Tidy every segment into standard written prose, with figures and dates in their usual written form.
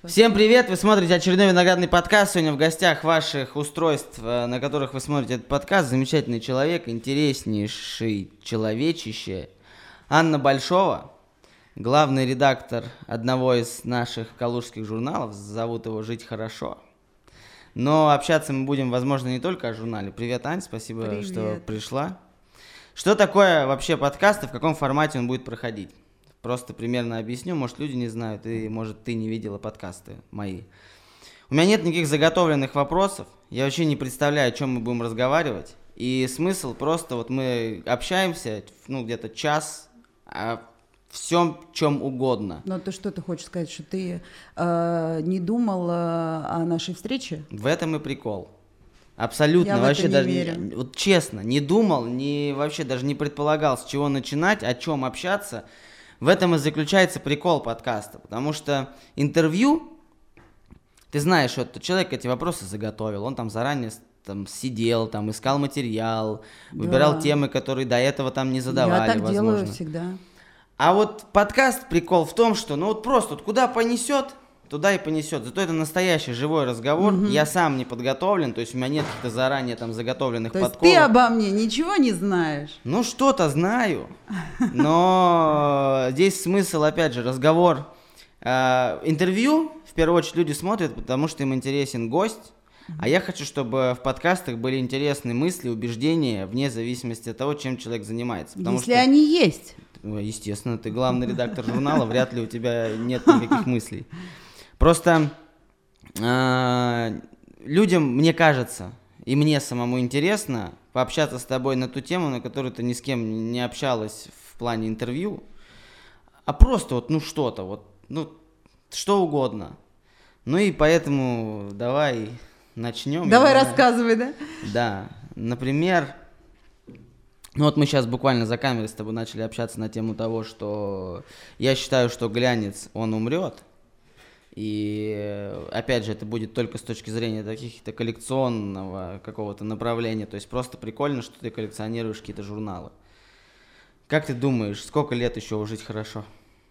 Всем привет! Вы смотрите очередной виноградный подкаст. Сегодня в гостях ваших устройств, на которых вы смотрите этот подкаст, замечательный человек, интереснейший человечище Анна Большова, главный редактор одного из наших калужских журналов. Зовут его «Жить хорошо». Но общаться мы будем, возможно, не только о журнале. Привет, Ань, спасибо, Привет. что пришла. Что такое вообще подкаст и в каком формате он будет проходить? Просто примерно объясню, может, люди не знают, и, может, ты не видела подкасты мои. У меня нет никаких заготовленных вопросов, я вообще не представляю, о чем мы будем разговаривать. И смысл просто, вот мы общаемся, где-то час, о всем, чем угодно. Но ты что, ты хочешь сказать, что ты не думал о нашей встрече? В этом и прикол. Абсолютно, Я вообще в это даже не верю. вот честно, не думал, вообще даже не предполагал, с чего начинать, о чем общаться. В этом и заключается прикол подкаста, потому что интервью, ты знаешь, что этот человек эти вопросы заготовил, он там заранее сидел, искал материал, выбирал темы, которые до этого там не задавали, Я так возможно. делаю всегда. А вот подкаст, прикол в том, что просто куда понесет, туда и понесет. Зато это настоящий живой разговор. Я сам не подготовлен, то есть у меня нет каких-то заранее заготовленных То есть подколов. ты обо мне ничего не знаешь? Ну, что-то знаю, но здесь смысл, опять же, разговор. Интервью, в первую очередь, люди смотрят, потому что им интересен гость, а я хочу, чтобы в подкастах были интересные мысли, убеждения, вне зависимости от того, чем человек занимается. Если они есть. Естественно, ты главный редактор журнала, вряд ли у тебя нет никаких мыслей. Просто людям, мне кажется, и мне самому интересно пообщаться с тобой на ту тему, на которую ты ни с кем не общалась в плане интервью, а просто что-то, что угодно. Ну и поэтому давай начнем. Давай рассказывай, да? Да, например, вот мы сейчас буквально за камерой с тобой начали общаться на тему того, что я считаю, что глянец, он умрет. И опять же, это будет только с точки зрения каких-то коллекционного какого-то направления. То есть просто прикольно, что ты коллекционируешь какие-то журналы. Как ты думаешь, сколько лет еще жить хорошо?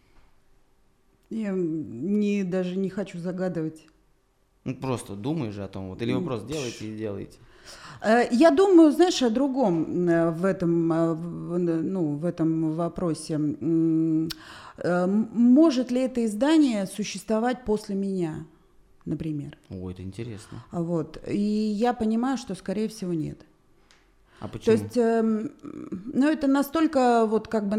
Я даже не хочу загадывать. Просто думаешь же о том, или вы просто делаете и делаете? Я думаю, знаешь, о другом в этом вопросе. Может ли это издание существовать после меня, например? Ой, это интересно. Вот. И я понимаю, что, скорее всего, нет. А почему? То есть, это настолько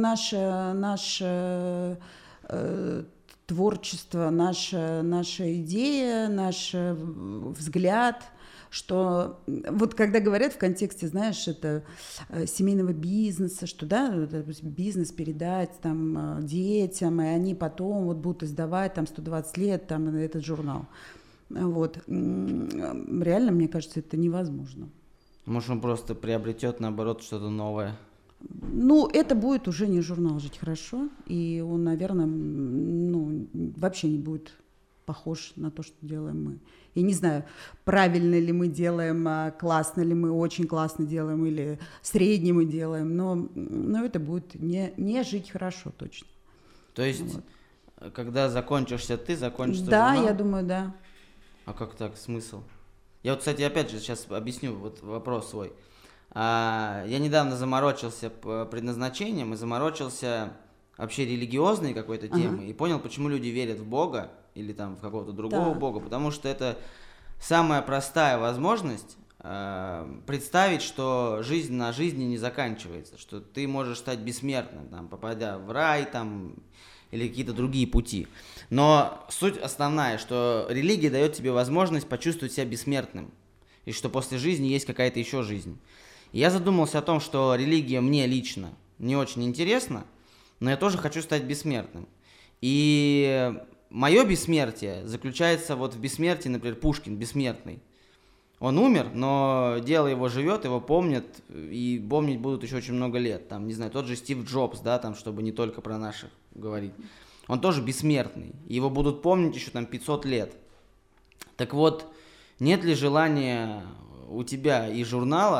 наше творчество, наша идея, наш взгляд, что вот когда говорят в контексте, знаешь, это семейного бизнеса, что, бизнес передать детям, и они потом будут издавать 120 лет этот журнал. Вот. Реально, мне кажется, это невозможно. Может, он просто приобретет, наоборот, что-то новое? Это будет уже не журнал «Жить хорошо», и он, наверное, вообще не будет похож на то, что делаем мы. Я не знаю, правильно ли мы делаем, классно ли мы, очень классно делаем, или средне мы делаем, но это будет не «Жить хорошо» точно. То есть, когда закончишься ты, закончится журнал? Да, я думаю, да. А как так, смысл? Я кстати, опять же, сейчас объясню вопрос свой. Я недавно заморочился предназначением и заморочился вообще религиозной какой-то темой и понял, почему люди верят в Бога или в какого-то другого Бога, потому что это самая простая возможность представить, что жизнь на жизни не заканчивается, что ты можешь стать бессмертным, попадя в рай или какие-то другие пути. Но суть основная, что религия дает тебе возможность почувствовать себя бессмертным, и что после жизни есть какая-то еще жизнь. И я задумался о том, что религия мне лично не очень интересна, но я тоже хочу стать бессмертным. И мое бессмертие заключается в бессмертии, например, Пушкин, бессмертный. Он умер, но дело его живет, его помнят, и помнить будут еще очень много лет. Тот же Стив Джобс, чтобы не только про наших говорить. Он тоже бессмертный, его будут помнить еще 500 лет. Так вот, нет ли желания у тебя и журнала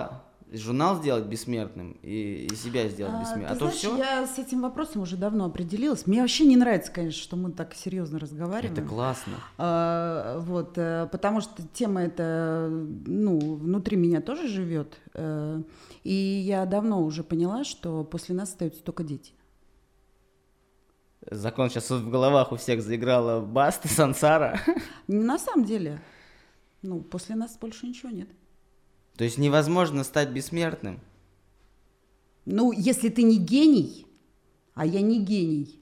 журнал сделать бессмертным и себя сделать бессмертным. Ты знаешь, я с этим вопросом уже давно определилась. Мне вообще не нравится, конечно, что мы так серьезно разговариваем. Это классно. Потому что тема эта, внутри меня тоже живет. И я давно уже поняла, что после нас остаются только дети. Закон сейчас в головах у всех заиграла Баста, Сансара. На самом деле, после нас больше ничего нет. То есть невозможно стать бессмертным? Если ты не гений, а я не гений,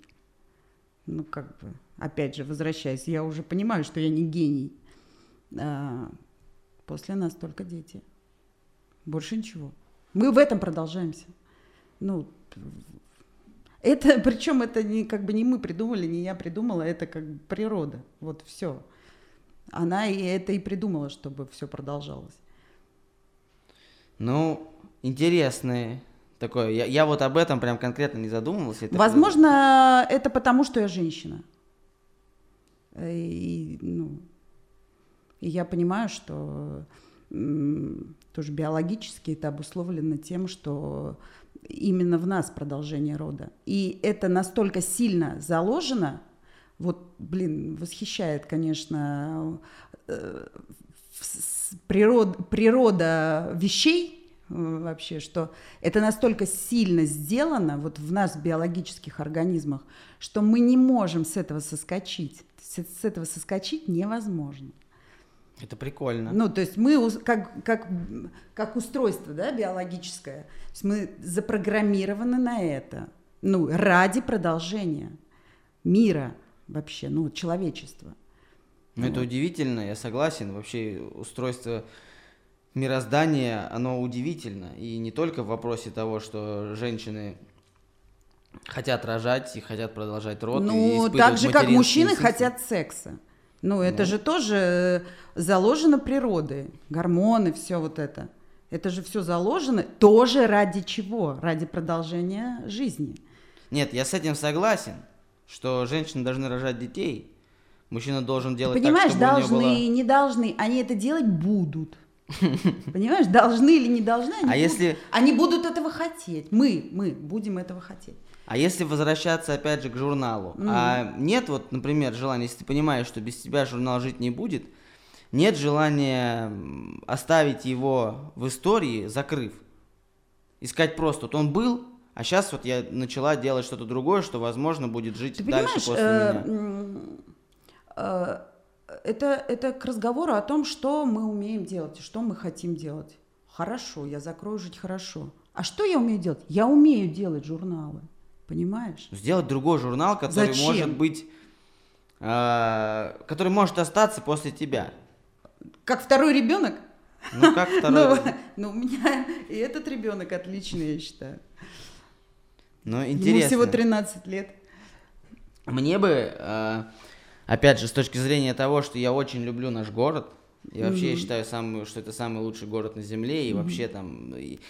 опять же, возвращаясь, я уже понимаю, что я не гений. После нас только дети. Больше ничего. Мы в этом продолжаемся. Причем это не мы придумали, не я придумала, это как бы природа. Вот все. Она это и придумала, чтобы все продолжалось. Интересное такое. Я вот об этом прям конкретно не задумывался. Возможно, это потому, что я женщина. И я понимаю, что тоже биологически это обусловлено тем, что именно в нас продолжение рода. И это настолько сильно заложено, восхищает, конечно, природа вещей вообще, что это настолько сильно сделано в нас, в биологических организмах, что мы не можем с этого соскочить. С этого соскочить невозможно. Это прикольно. То есть мы как устройство, да, биологическое, то есть мы запрограммированы на это, ради продолжения мира вообще, человечества. Это удивительно, я согласен. Вообще устройство мироздания, оно удивительно. И не только в вопросе того, что женщины хотят рожать и хотят продолжать род. Так же, как мужчины хотят секса. Это же тоже заложено природой. Гормоны, все вот это. Это же все заложено тоже ради чего? Ради продолжения жизни. Нет, я с этим согласен, что женщины должны рожать детей. Мужчина должен делать понимаешь, так, чтобы должны у него было... и не должны. Они это делать будут. Понимаешь, должны или не должны, они будут этого хотеть. Мы будем этого хотеть. А если возвращаться опять же к журналу, нет например, желания, если ты понимаешь, что без тебя журнал жить не будет, нет желания оставить его в истории, закрыв, искать просто, он был, а сейчас я начала делать что-то другое, что, возможно, будет жить дальше после меня. Это к разговору о том, что мы умеем делать, что мы хотим делать. Хорошо, я закрою жить хорошо. А что я умею делать? Я умею делать журналы. Понимаешь? Сделать другой журнал, который может быть, который может остаться после тебя. Как второй ребенок? Как второй. У меня и этот ребенок отличный, я считаю. Интересно. Ему всего 13 лет. Мне бы, опять же, с точки зрения того, что я очень люблю наш город, и вообще я считаю, что это самый лучший город на Земле, и вообще там...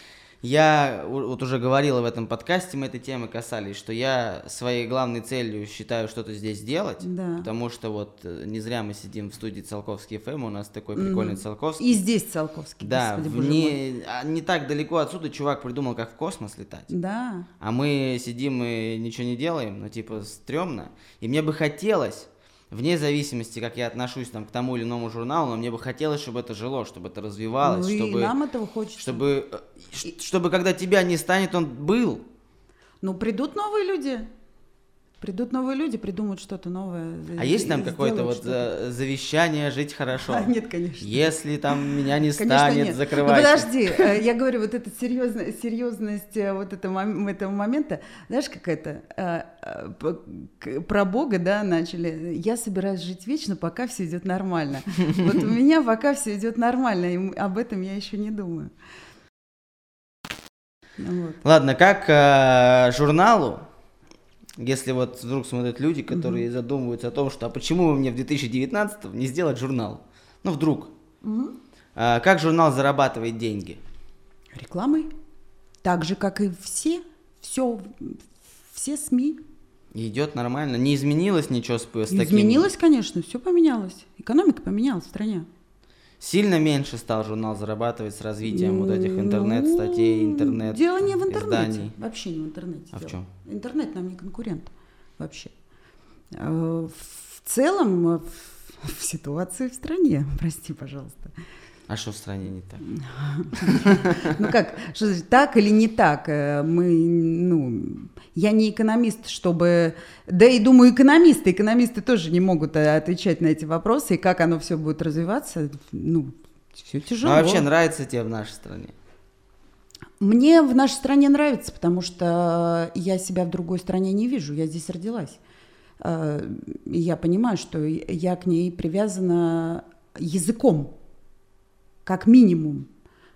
Я уже говорил в этом подкасте, мы этой темы касались, что я своей главной целью считаю что-то здесь сделать, потому что не зря мы сидим в студии Циолковский ФМ, у нас такой прикольный Циолковский. И здесь Циолковский. Да, не так далеко отсюда чувак придумал, как в космос летать. Да. А мы сидим и ничего не делаем, стрёмно. И мне бы хотелось, вне зависимости, как я отношусь к тому или иному журналу, но мне бы хотелось, чтобы это жило, чтобы это развивалось. И нам этого хочется. Чтобы когда тебя не станет, он был. Придут новые люди. Придумают что-то новое. А есть там какое-то завещание жить хорошо? Нет, конечно. Если там меня не станет, закрывайте. Подожди, я говорю, эта серьезность этого момента, знаешь, какая-то про Бога, да, начали. Я собираюсь жить вечно, пока все идет нормально. У меня пока все идет нормально, и об этом я еще не думаю. Ладно, как журналу, если вдруг смотрят люди, которые задумываются о том, что почему мне в 2019-м не сделать журнал? Вдруг. Как журнал зарабатывает деньги? Рекламой. Так же, как и все СМИ. И идет нормально. Не изменилось ничего с таким? Изменилось, конечно, все поменялось. Экономика поменялась в стране. Сильно меньше стал журнал зарабатывать с развитием вот этих интернет-статей, интернет-изданий? Дело не в интернете, вообще не в интернете. А в чем? Интернет нам не конкурент вообще. В целом, в ситуации в стране, прости, пожалуйста. А что в стране не так? Ну как, что значит, так или не так? Я не экономист, чтобы... Да и думаю, экономисты тоже не могут отвечать на эти вопросы, и как оно все будет развиваться, все тяжело. А вообще нравится тебе в нашей стране? Мне в нашей стране нравится, потому что я себя в другой стране не вижу, я здесь родилась. И я понимаю, что я к ней привязана языком, как минимум.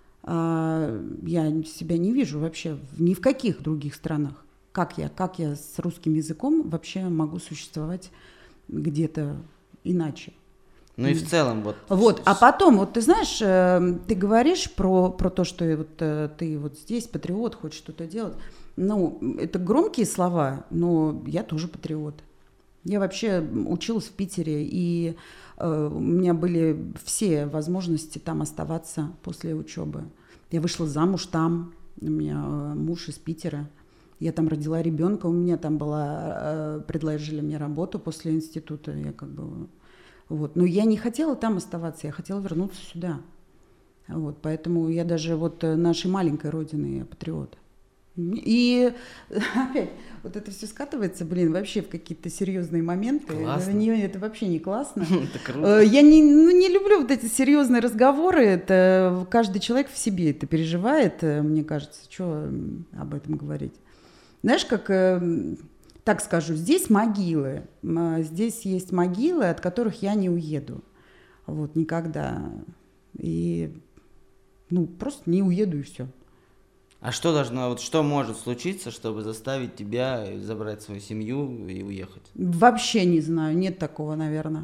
Я себя не вижу вообще ни в каких других странах. Как я с русским языком вообще могу существовать где-то иначе? Ну и в целом вот... Вот, а потом, вот ты знаешь, ты говоришь про то, что ты вот здесь патриот, хочешь что-то делать. Это громкие слова, но я тоже патриот. Я вообще училась в Питере, и у меня были все возможности там оставаться после учебы. Я вышла замуж там, у меня муж из Питера. Я там родила ребенка, у меня там предложили мне работу после института. Вот. Но я не хотела там оставаться, я хотела вернуться сюда. Вот. Поэтому я даже нашей маленькой родины я патриот. И опять, вот это все скатывается, вообще в какие-то серьезные моменты. Это вообще не классно. Это круто. Я не люблю вот эти серьезные разговоры. Это каждый человек в себе это переживает, мне кажется. Что об этом говорить? Знаешь, так скажу, здесь могилы. Здесь есть могилы, от которых я не уеду. Вот, никогда. И, просто не уеду, и все. А что может случиться, чтобы заставить тебя забрать свою семью и уехать? Вообще не знаю, нет такого, наверное.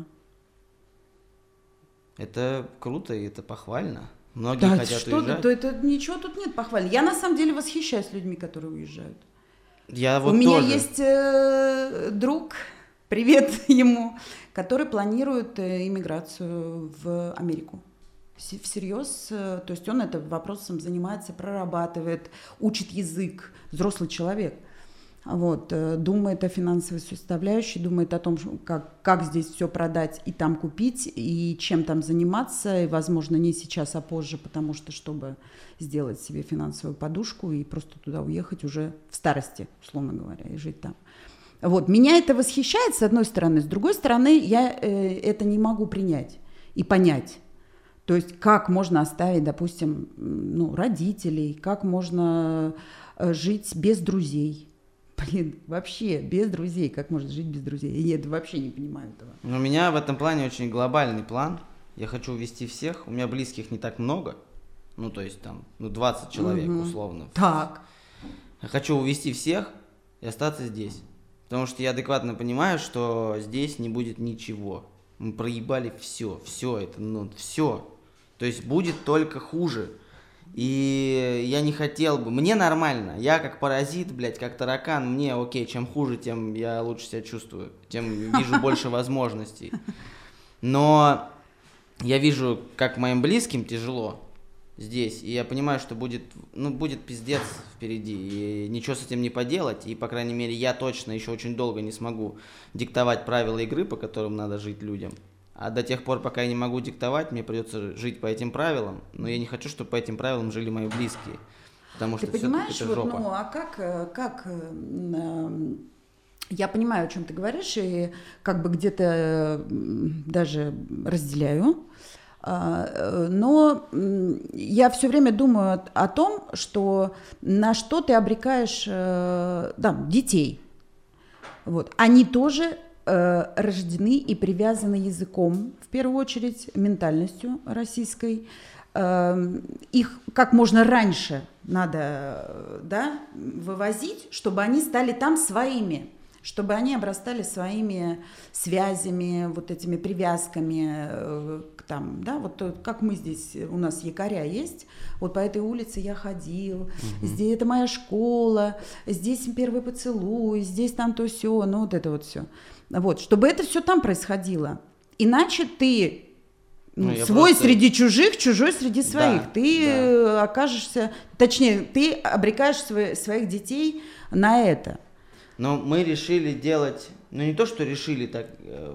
Это круто и это похвально. Многие хотят уезжать. Ничего тут нет похвально. Я на самом деле восхищаюсь людьми, которые уезжают. У меня тоже. Есть друг, привет ему, который планирует иммиграцию в Америку. Всерьез, то есть он этим вопросом занимается, прорабатывает, учит язык, взрослый человек. Вот, думает о финансовой составляющей, думает о том, как здесь все продать и там купить, и чем там заниматься, и, возможно, не сейчас, а позже, потому что, чтобы сделать себе финансовую подушку и просто туда уехать уже в старости, условно говоря, и жить там. Вот, меня это восхищает, с одной стороны, с другой стороны, я это не могу принять и понять. То есть как можно оставить, допустим, родителей, как можно жить без друзей. Вообще без друзей. Как можно жить без друзей? Я вообще не понимаю этого. У меня в этом плане очень глобальный план. Я хочу увезти всех. У меня близких не так много. То есть там 20 человек условно. Так. Я хочу увезти всех и остаться здесь. Потому что я адекватно понимаю, что здесь не будет ничего. Мы проебали все это, все. То есть будет только хуже. И я не хотел бы... Мне нормально. Я как паразит, как таракан. Мне окей, чем хуже, тем я лучше себя чувствую. Тем вижу больше возможностей. Но я вижу, как моим близким тяжело здесь. И я понимаю, что будет пиздец впереди. И ничего с этим не поделать. И, по крайней мере, я точно еще очень долго не смогу диктовать правила игры, по которым надо жить людям. А до тех пор, пока я не могу диктовать, мне придется жить по этим правилам. Но я не хочу, чтобы по этим правилам жили мои близкие. Потому что ты понимаешь, это жопа. как я понимаю, о чем ты говоришь, и где-то даже разделяю. Но я все время думаю о том, что на что ты обрекаешь детей. Вот. Они тоже рождены и привязаны языком, в первую очередь, ментальностью российской. Их как можно раньше надо вывозить, чтобы они стали там своими, чтобы они обрастали своими связями, этими привязками. Как мы здесь, у нас якоря есть, по этой улице я ходил, здесь это моя школа, здесь первый поцелуй, здесь там то сё, это все. Чтобы это все там происходило. Иначе ты свой среди чужих, чужой среди своих. Да, ты окажешься, точнее, ты обрекаешь своих детей на это. Но мы решили делать, не то, что решили, так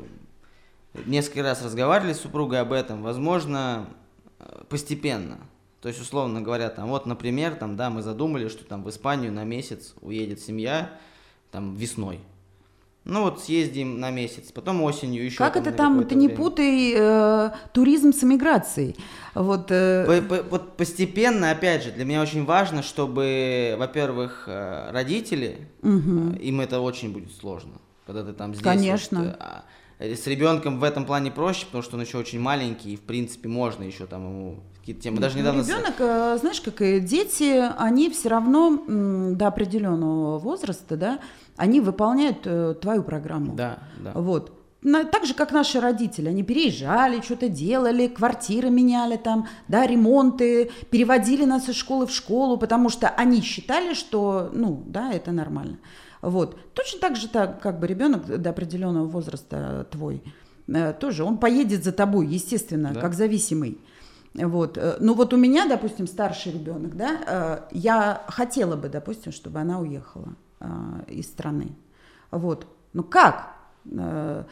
несколько раз разговаривали с супругой об этом, возможно, постепенно. То есть, условно говоря, там, вот, например, там, да, мы задумали, что там в Испанию на месяц уедет семья, там, весной. Ну вот съездим на месяц, потом осенью еще. Как это там, ты не путай туризм с эмиграцией. Вот постепенно, опять же, для меня очень важно, чтобы, во-первых, родители, им это очень будет сложно, когда ты там здесь. Конечно. С ребенком в этом плане проще, потому что он еще очень маленький, и, в принципе, можно еще там ему какие-то темы. Даже недавно... Ребенок, знаешь, как и дети, они все равно до определенного возраста, да, они выполняют твою программу. Да, да. Вот. Так же, как наши родители. Они переезжали, что-то делали, квартиры меняли там, да, ремонты, переводили нас из школы в школу, потому что они считали, что, ну, да, это нормально. Вот. Точно так же, как бы ребенок до определенного возраста твой, тоже, он поедет за тобой, естественно, да, как зависимый. Вот. Ну вот у меня, допустим, старший ребенок, да, я хотела бы, допустим, чтобы она уехала из страны. Вот. Ну как? Я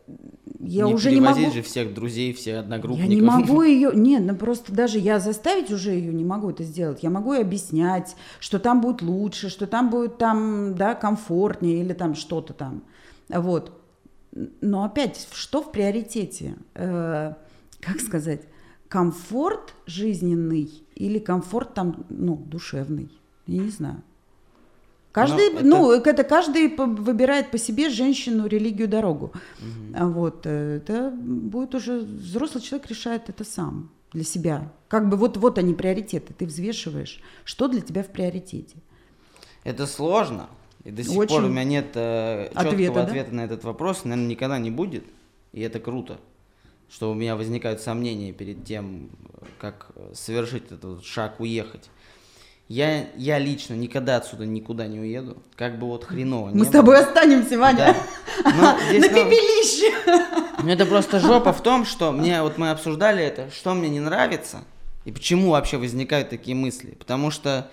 не уже не могу. Перевозить же всех друзей, всех одногруппников. Я не могу ее. Нет, ну просто даже я заставить уже ее не могу это сделать. Я могу ей объяснять, что там будет лучше, что там будет там, да, комфортнее или там что-то там. Вот. Но опять, что в приоритете? Как сказать? Комфорт жизненный или комфорт там, ну, душевный? Я не знаю. Каждый, каждый выбирает по себе женщину, религию, дорогу. Вот, это будет уже взрослый человек решает это сам для себя. Как бы вот они приоритеты, ты взвешиваешь, что для тебя в приоритете. Это сложно, и до сих пор у меня нет четкого ответа на этот вопрос, наверное, никогда не будет, и это круто, что у меня возникают сомнения перед тем, как совершить этот шаг, уехать. Я лично никогда отсюда никуда не уеду, как бы вот хреново не было. Мы с тобой останемся, Ваня, на пепелище. Ну это просто жопа в том, что мы обсуждали это, что мне не нравится и почему вообще возникают такие мысли. Потому что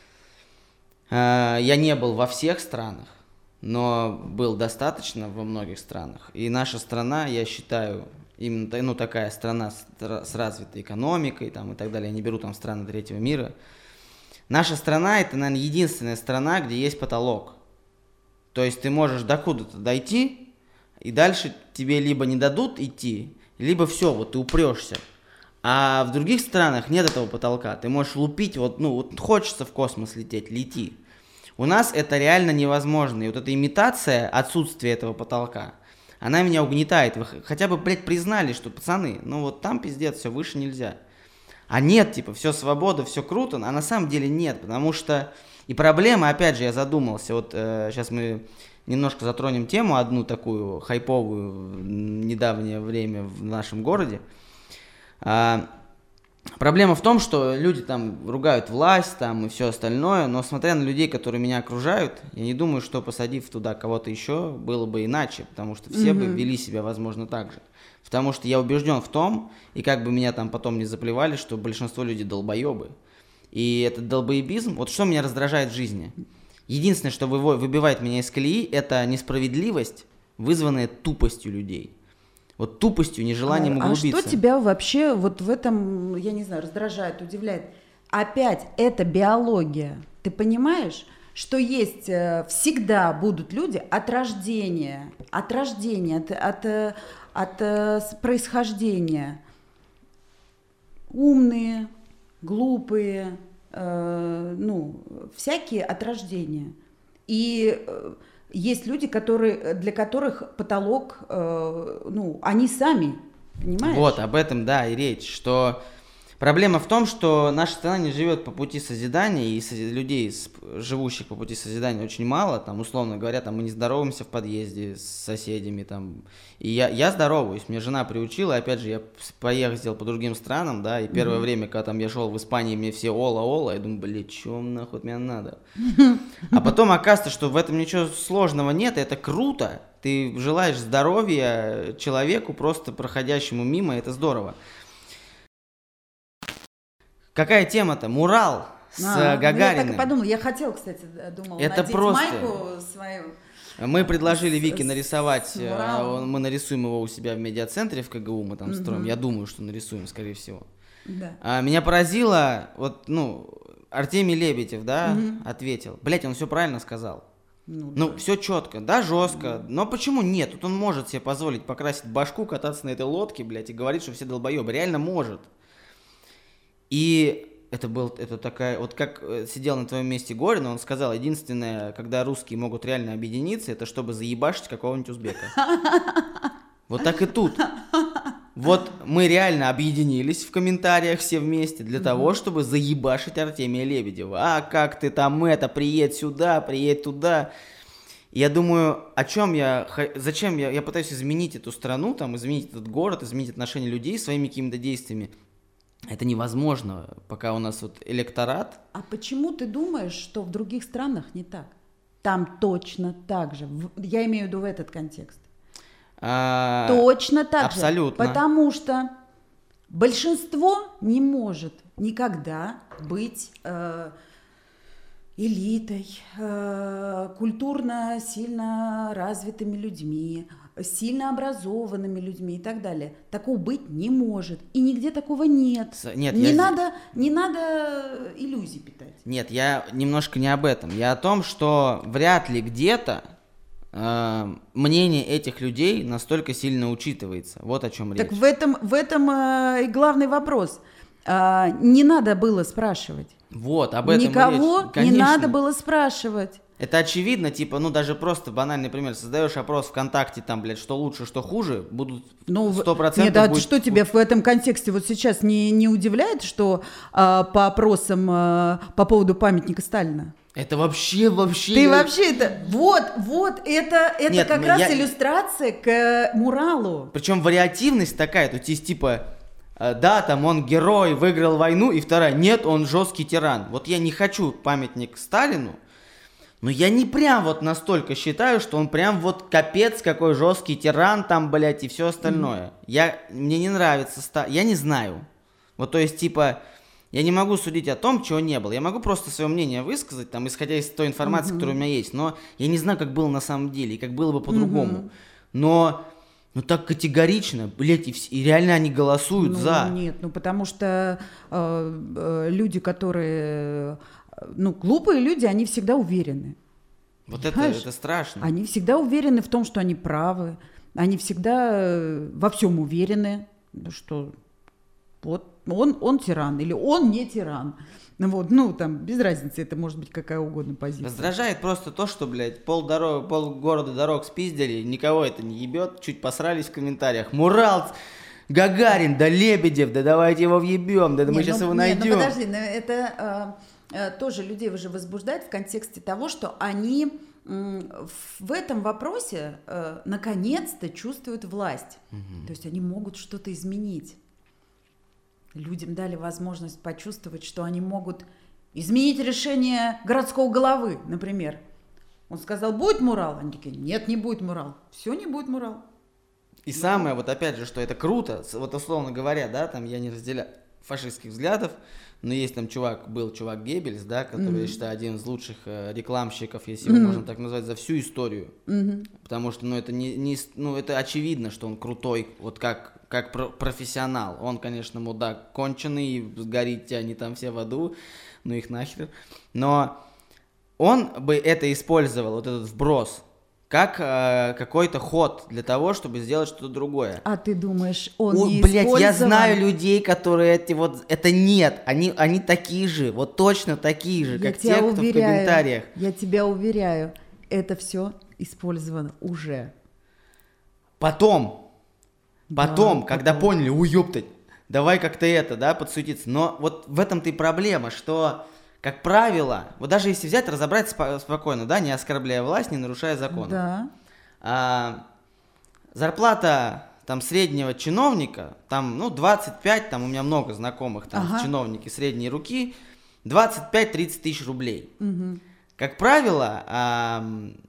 я не был во всех странах, но был достаточно во многих странах. И наша страна, я считаю, именно такая страна с развитой экономикой там, и так далее, я не беру там страны третьего мира. Наша страна – это, наверное, единственная страна, где есть потолок. То есть ты можешь до куда-то дойти, и дальше тебе либо не дадут идти, либо все, вот ты упрешься. А в других странах нет этого потолка. Ты можешь лупить, вот хочется в космос лететь, лети. У нас это реально невозможно. И вот эта имитация отсутствия этого потолка, она меня угнетает. Вы хотя бы, признали, что, пацаны, вот там пиздец, все, выше нельзя. А нет, типа, все свобода, все круто, а на самом деле нет, потому что и проблема, опять же, я задумался, вот сейчас мы немножко затронем тему одну такую хайповую в недавнее время в нашем городе. Проблема в том, что люди там ругают власть там и все остальное, но смотря на людей, которые меня окружают, я не думаю, что посадив туда кого-то еще, было бы иначе, потому что все бы вели себя, возможно, так же. Потому что я убежден в том, и как бы меня там потом не заплевали, что большинство людей долбоебы. И этот долбоебизм, вот что меня раздражает в жизни. Единственное, что выбивает меня из колеи, это несправедливость, вызванная тупостью людей. Вот тупостью, нежеланием углубиться. А что тебя вообще вот в этом, я не знаю, раздражает, удивляет? Опять, это биология. Ты понимаешь, что есть, всегда будут люди от рождения, от происхождения. Умные, глупые, всякие от рождения. И есть люди, для которых потолок, они сами, понимаешь? Вот, об этом, да, и речь, что проблема в том, что наша страна не живет по пути созидания, и людей, живущих по пути созидания, очень мало, там, условно говоря, там, мы не здороваемся в подъезде с соседями, там, и я здороваюсь, мне жена приучила, опять же, я поездил по другим странам, да, и первое время, когда там я шел в Испании, мне все ола, я думаю, чё нахуй от меня надо? А потом оказывается, что в этом ничего сложного нет, и это круто, ты желаешь здоровья человеку, просто проходящему мимо, это здорово. Какая тема-то? Мурал с Гагариным. Я так и подумала. Я хотела, кстати, думала, Это надеть просто... майку свою. Мы предложили Вике нарисовать, муралом. мы нарисуем его у себя в медиацентре в КГУ, мы там строим. Я думаю, что нарисуем, скорее всего. Да. Меня поразило, вот, Артемий Лебедев, да, ответил. Блять, он все правильно сказал. Да. Все четко, да, жестко. Но почему нет? Тут он может себе позволить покрасить башку, кататься на этой лодке, блядь, и говорить, что все долбоебы. Реально может. И это такая, вот как сидел на твоем месте Горин, он сказал, единственное, когда русские могут реально объединиться, это чтобы заебашить какого-нибудь узбека. Вот так и тут. Вот мы реально объединились в комментариях все вместе для того, чтобы заебашить Артемия Лебедева. А как ты там приедь сюда, приедь туда. Я думаю, зачем я пытаюсь изменить эту страну, там, изменить этот город, изменить отношение людей своими какими-то действиями. Это невозможно, пока у нас вот электорат. А почему ты думаешь, что в других странах не так? Там точно так же. Я имею в виду в этот контекст. Точно так абсолютно. же. Потому что большинство не может никогда быть элитой, культурно сильно развитыми людьми, сильно образованными людьми и так далее. Такого быть не может. И нигде такого нет. Не надо иллюзий питать. Нет, я немножко не об этом. Я о том, что вряд ли где-то мнение этих людей настолько сильно учитывается. Вот о чем речь. Так в этом и главный вопрос. Не надо было спрашивать. Вот, об этом никого речь. Не надо было спрашивать. Это очевидно, даже просто банальный пример. Создаешь опрос ВКонтакте, там, блядь, что лучше, что хуже, будут 100%... Нет, а что тебя в этом контексте вот сейчас не удивляет, что по опросам по поводу памятника Сталина? Это вообще... Ты вообще это... Вот, это нет, как раз иллюстрация к муралу. Причем вариативность такая, тут есть типа... Да, там он герой, выиграл войну, и вторая, нет, он жесткий тиран. Вот я не хочу памятник Сталину, но я не прям вот настолько считаю, что он прям вот капец какой жесткий тиран там, блядь, и все остальное. Мне не нравится я не знаю. Вот то есть, типа, я не могу судить о том, чего не было. Я могу просто свое мнение высказать, там, исходя из той информации, которая у меня есть. Но я не знаю, как было на самом деле, и как было бы по-другому. Но так категорично, блядь, и реально они голосуют за. Нет, потому что люди, которые... глупые люди, они всегда уверены. Вот это страшно. Они всегда уверены в том, что они правы. Они всегда во всем уверены, что вот он тиран или он не тиран. Там без разницы, это может быть какая угодно позиция. Раздражает просто то, что, блядь, полгорода дорог спиздили, никого это не ебет, чуть посрались в комментариях. Мурал, Гагарин, да Лебедев, да давайте его въебем, да мы сейчас его найдем. Подожди, это тоже людей уже возбуждает в контексте того, что они в этом вопросе наконец-то чувствуют власть. То есть они могут что-то изменить. Людям дали возможность почувствовать, что они могут изменить решение городского головы, например. Он сказал, будет мурал? Они такие, нет, не будет мурал. Все, не будет мурал. И самое, вот опять же, что это круто, вот условно говоря, да, там я не разделяю фашистских взглядов, но есть там был чувак Геббельс, да, который, я считаю, один из лучших рекламщиков, если его можно так назвать, за всю историю. Потому что, это очевидно, что он крутой, вот как профессионал. Он, конечно, мудак конченый, сгорите они там все в аду, их нахер. Но он бы это использовал, вот этот вброс, как какой-то ход для того, чтобы сделать что-то другое. А ты думаешь, он не использовал? Блядь, я знаю людей, которые это нет, они такие же, вот точно такие же, как те, кто в комментариях. Я тебя уверяю, это все использовано уже. Потом, когда поняли, ёптать, давай как-то подсуетиться. Но вот в этом-то и проблема, что, как правило, вот даже если взять, разобрать спокойно, да, не оскорбляя власть, не нарушая закон. Да. Зарплата там среднего чиновника, там, 25, там у меня много знакомых, там, чиновники средней руки, 25-30 тысяч рублей. Как правило,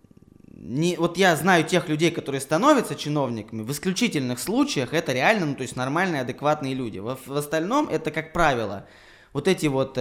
вот я знаю тех людей, которые становятся чиновниками, в исключительных случаях это реально, то есть нормальные, адекватные люди. В остальном это, как правило, вот эти вот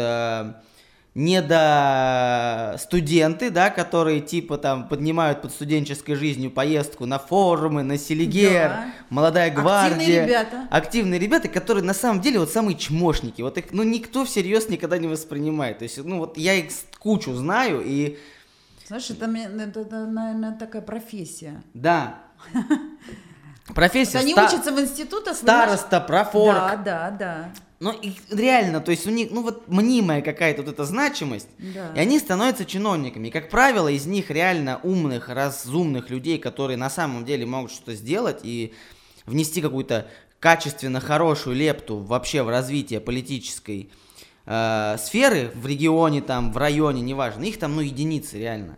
недостуденты, да, которые типа там поднимают под студенческой жизнью поездку на форумы, на Селигер, Да. молодая гвардия. Активные ребята. Активные ребята, которые на самом деле вот самые чмошники. Вот их, ну, никто всерьез никогда не воспринимает. То есть, ну, вот я их кучу знаю и... Знаешь, это, наверное, такая профессия. Да. Профессия Вот они учатся в институтах. староста, профорг. Да. Ну, и реально, то есть у них, ну, вот мнимая какая-то вот эта значимость, Да. и они становятся чиновниками. И, как правило, из них реально умных, разумных людей, которые на самом деле могут что-то сделать и внести какую-то качественно хорошую лепту вообще в развитие политической сферы в регионе, там, в районе, неважно. Их там, ну, единицы реально.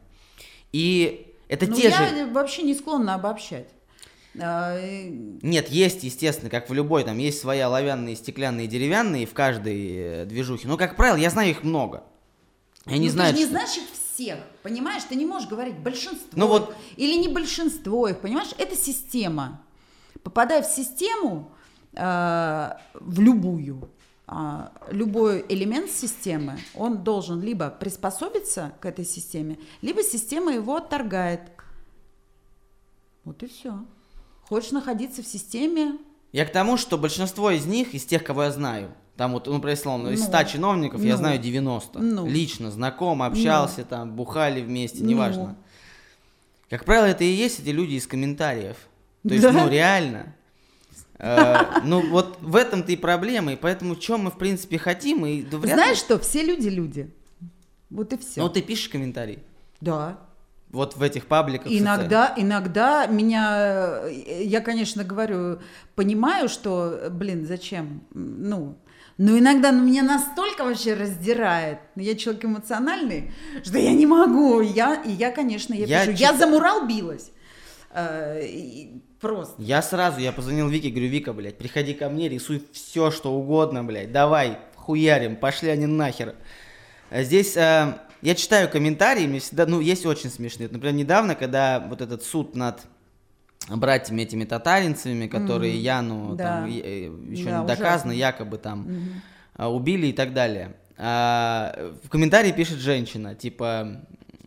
И это Ну, те я же... вообще не склонна обобщать. Нет, есть, естественно, как в любой, там есть свои оловянные, стеклянные, деревянные в каждой движухе. Но, как правило, я знаю их много. Я не знаю, ты же не что... знаешь их всех, понимаешь? Ты не можешь говорить большинство Ну вот- или не большинство их, понимаешь? Это система. Попадая в систему, в любую, любой элемент системы, он должен либо приспособиться к этой системе, либо система его отторгает. Вот и все. Хочешь находиться в системе? Я к тому, что большинство из них, из тех, кого я знаю, там вот, ну, например, из 100 чиновников я знаю 90. Лично знаком, общался, там, бухали вместе, неважно. Как правило, это и есть эти люди из комментариев. То есть, ну, реально. Ну, вот в этом-то и проблема, и поэтому, что мы, в принципе, хотим, и... Знаешь что, все люди люди. Вот и все. Ну, ты пишешь комментарий? Да. Вот в этих пабликах. Иногда меня, я, конечно, говорю, понимаю, что, блин, зачем, но иногда меня настолько вообще раздирает, я человек эмоциональный, что я не могу, я пишу, я за Мурал билась, просто. Я позвонил Вике, говорю, Вика, блядь, приходи ко мне, рисуй все, что угодно, блядь, давай, хуярим, пошли они нахер. Здесь... Я читаю комментарии, мне всегда, есть очень смешные. Например, недавно, когда вот этот суд над братьями этими татаринцевыми, которые Яну там еще не доказано, якобы там убили и так далее. В комментарии пишет женщина, типа,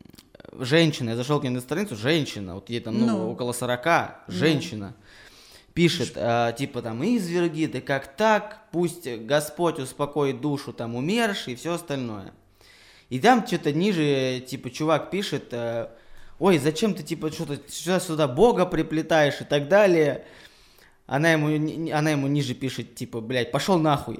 я зашел к ней на страницу, женщина, вот ей там около 40, женщина, пишет, типа там, изверги, да как так, пусть Господь успокоит душу там умершей и все остальное. И там что-то ниже, типа, чувак пишет, ой, зачем ты, типа, что-то сюда Бога приплетаешь и так далее. Она ему ниже пишет, типа, блядь, пошел нахуй.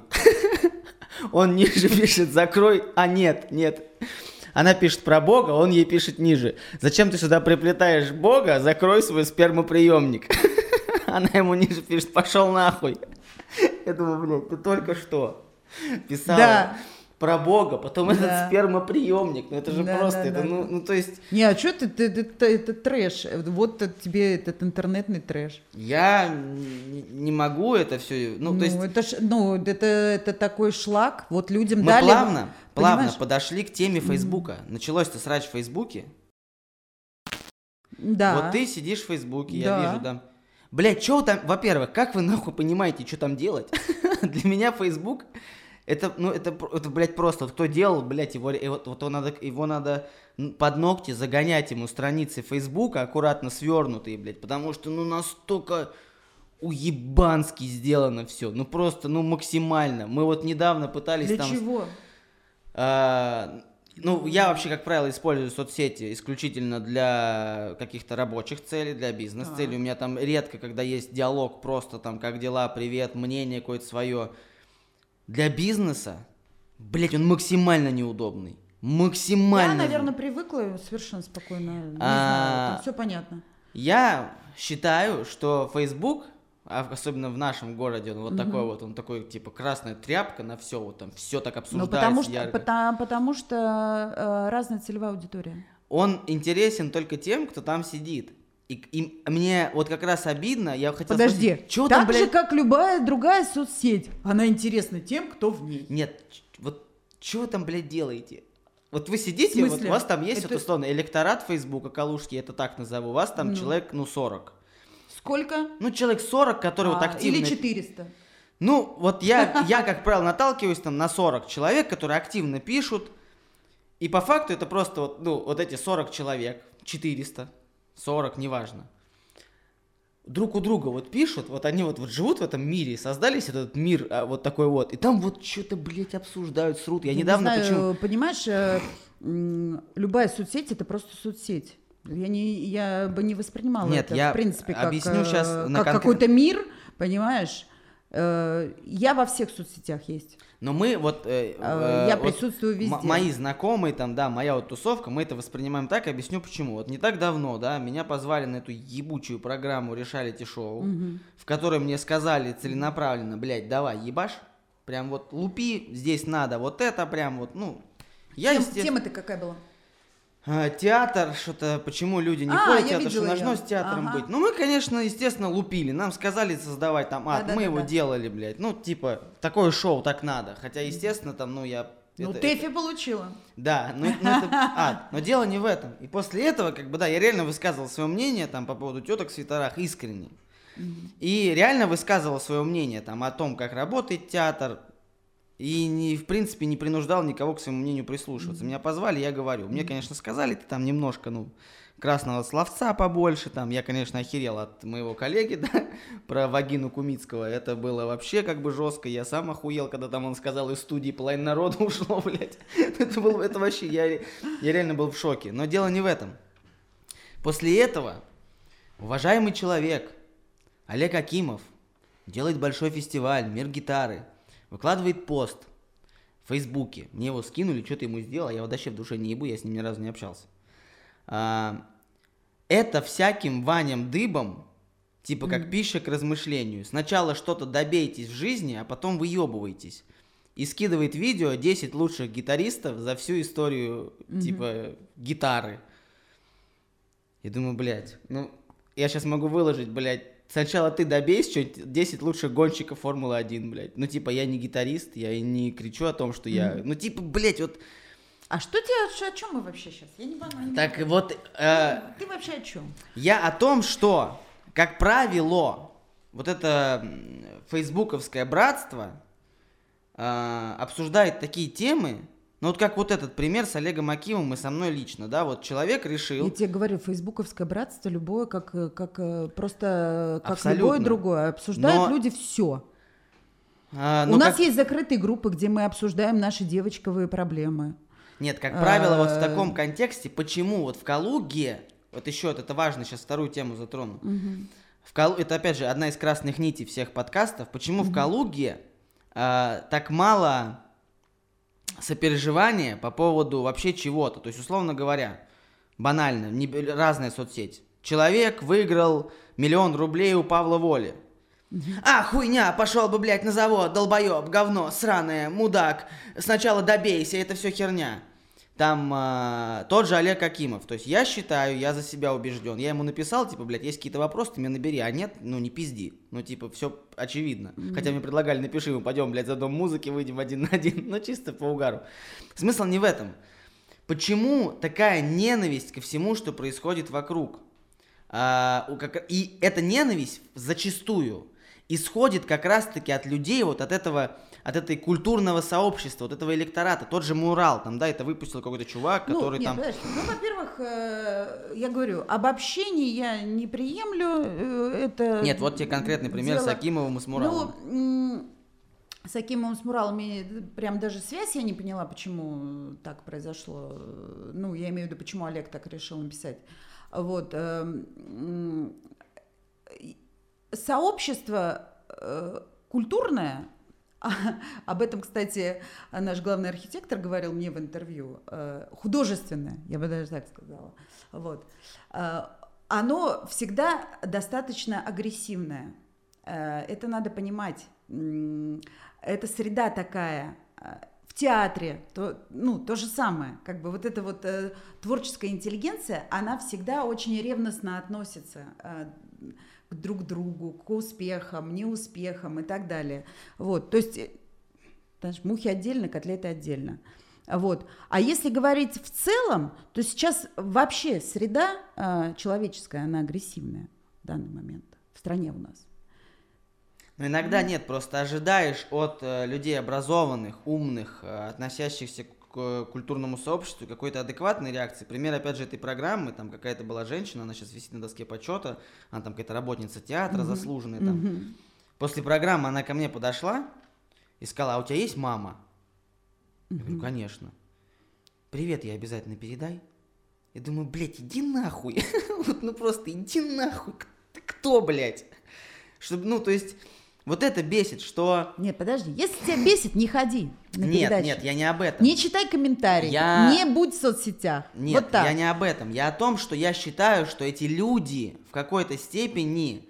Он ниже пишет, закрой, нет. Она пишет про Бога, он ей пишет ниже. Зачем ты сюда приплетаешь Бога, закрой свой спермоприемник. Она ему ниже пишет, пошел нахуй. Я думаю, блядь, ты только что писала про Бога, потом этот спермоприемник, это же просто, то есть... Не, а что это трэш, вот тебе этот интернетный трэш. Я не могу это все, то есть... Это такой шлак, вот людям мы дали... плавно подошли к теме Фейсбука. Началось-то срач в Фейсбуке. Да. Вот ты сидишь в Фейсбуке, я вижу там... Блядь, что там, во-первых, как вы нахуй понимаете, что там делать? Для меня Фейсбук... Это, блядь, просто, вот кто делал, блядь, его надо под ногти загонять ему страницы Фейсбука, аккуратно свернутые, блядь, потому что, настолько уебански сделано все, просто, максимально. Мы вот недавно пытались Для там... Для чего? Я вообще, как правило, использую соцсети исключительно для каких-то рабочих целей, для бизнес-целей. У меня там редко, когда есть диалог, просто там, как дела, привет, мнение какое-то свое. Для бизнеса, блять, он максимально неудобный. Максимально. Я, наверное, привыкла совершенно спокойно. Не знаю, там все понятно. Я считаю, что Facebook, особенно в нашем городе, он вот такой вот, он такой, типа, красная тряпка на все, вот там все так обсуждается ярко. Потому что разная целевая аудитория. Он интересен только тем, кто там сидит. И мне вот как раз обидно, я хотел спросить, что так там, блядь... же, как любая другая соцсеть, она интересна тем, кто в ней. Нет, вот что вы там, блядь, делаете? Вот вы сидите, вот у вас там есть, вот условно, электорат Фейсбука, Калужский, это так назову, у вас там человек, 40. Сколько? Человек 40, который вот активно... Или 400. Ну, вот я, как правило, наталкиваюсь там на 40 человек, которые активно пишут, и по факту это просто вот, ну, вот эти 40 человек, 400, 40, неважно, друг у друга вот пишут, вот они вот живут в этом мире, создались этот мир вот такой вот, и там вот что-то, блядь, обсуждают, срут. Я недавно не знаю, почему... понимаешь, любая соцсеть — это просто соцсеть. Я бы не воспринимала Нет, это, я в принципе, как, объясню сейчас как какой-то мир, понимаешь? Я во всех соцсетях есть. Но мы вот... Я присутствую везде. Мои знакомые, там, да, моя вот тусовка, мы это воспринимаем так, объясню почему. Вот не так давно, да, меня позвали на эту ебучую программу «Решалити-шоу», в которой мне сказали целенаправленно, блядь, давай, ебашь, прям вот лупи, здесь надо вот это, прям вот, ну... Тема-то какая была? Театр, что-то, почему люди не ходят в театр, что должно её. с театром быть. Ну, мы, конечно, естественно, лупили. Нам сказали создавать там ад, мы его делали, блядь. Ну, типа, такое шоу так надо. Хотя, естественно, там, ну, я... Ну, ТЭФИ получила. Да, но это ад. Но дело не в этом. И после этого, как бы, да, я реально высказывал свое мнение там по поводу теток в свитерах искренне. И реально высказывал свое мнение там о том, как работает театр. И, в принципе, не принуждал никого к своему мнению прислушиваться. Меня позвали, я говорю. Мне, конечно, сказали, ты там немножко, ну, красного словца побольше. Там, я, конечно, охерел от моего коллеги, да, про вагину Кумицкого. Это было вообще как бы жестко. Я сам охуел, когда там он сказал, из студии половина народа ушло, блядь. Это вообще, я реально был в шоке. Но дело не в этом. После этого уважаемый человек Олег Акимов делает большой фестиваль «Мир гитары». Выкладывает пост в Фейсбуке. Мне его скинули, что-то ему сделал. Я вообще в душе не ебу, я с ним ни разу не общался. Это всяким Ваням дыбом, типа как пища к размышлению. Сначала что-то добейтесь в жизни, а потом выебываетесь. И скидывает видео 10 лучших гитаристов за всю историю, типа, гитары. Я думаю, блядь, ну, я сейчас могу выложить, блядь, сначала ты добейся, что 10 лучших гонщиков Формулы-1, блядь. Ну, типа, я не гитарист, я и не кричу о том, что я... Ну, типа, блядь, вот... А что тебе, о чем мы вообще сейчас? Я не понимаю. Так вот... Ты вообще о чем? Я о том, что, как правило, вот это фейсбуковское братство обсуждает такие темы, ну, вот как вот этот пример с Олегом Акимовым и со мной лично, да, вот человек решил... Я тебе говорю, фейсбуковское братство любое, как просто как Абсолютно. любое другое. Обсуждают люди все. У нас есть закрытые группы, где мы обсуждаем наши девочковые проблемы. Нет, как правило, вот в таком контексте, почему вот в Калуге, вот еще это важно, сейчас вторую тему затрону, это опять же одна из красных нитей всех подкастов, почему в Калуге так мало... сопереживание по поводу вообще чего-то. То есть, условно говоря, банально, разная соцсеть. Человек выиграл 1 000 000 рублей у Павла Воли. А, хуйня, пошел бы, блядь, на завод, долбоеб, говно, сраное, мудак. Сначала добейся, это все херня. Там тот же Олег Акимов. То есть я считаю, я за себя убежден. Я ему написал, типа, блядь, есть какие-то вопросы, ты меня набери. А нет, ну не пизди. Ну типа, все очевидно. Хотя мне предлагали, напиши ему, пойдем, блядь, за Дом музыки, выйдем 1 на 1. Ну чисто по угару. Смысл не в этом. Почему такая ненависть ко всему, что происходит вокруг? И эта ненависть зачастую исходит как раз-таки от людей, вот от этой культурного сообщества, вот этого электората. Тот же Мурал, там, да, это выпустил какой-то чувак, который там... во-первых, я говорю, обобщений я не приемлю, это... Нет, вот тебе конкретный пример с Акимовым и с Муралом. Ну, с Акимовым, с Муралом, прям даже связь я не поняла, почему так произошло. Ну, я имею в виду, почему Олег так решил написать. Вот. Сообщество культурное, об этом, кстати, наш главный архитектор говорил мне в интервью, художественное, я бы даже так сказала, вот, оно всегда достаточно агрессивное. Это надо понимать. Это среда такая. В театре то же самое. Как бы вот эта вот творческая интеллигенция, она всегда очень ревностно относится друг к другу, к успехам, неуспехам и так далее. Вот, то есть, знаешь, мухи отдельно, котлеты отдельно. Вот. А если говорить в целом, то сейчас вообще среда человеческая, она агрессивная в данный момент в стране у нас. Но иногда нет, просто ожидаешь от людей образованных, умных, относящихся к культурному сообществу какой-то адекватной реакции. Пример, опять же, этой программы, там какая-то была женщина, она сейчас висит на доске почета, она там какая-то работница театра заслуженная там. После программы она ко мне подошла и сказала: а у тебя есть мама? Я говорю: конечно. Привет, ей обязательно передай. Я думаю, блядь, иди нахуй. Ну просто иди нахуй. Ты кто, блядь? Чтобы, ну, то есть, вот это бесит, что... Нет, подожди, если тебя бесит, не ходи на передачи. Нет, я не об этом. Не читай комментарии, не будь в соцсетях. Нет, вот так. Я не об этом. Я о том, что я считаю, что эти люди в какой-то степени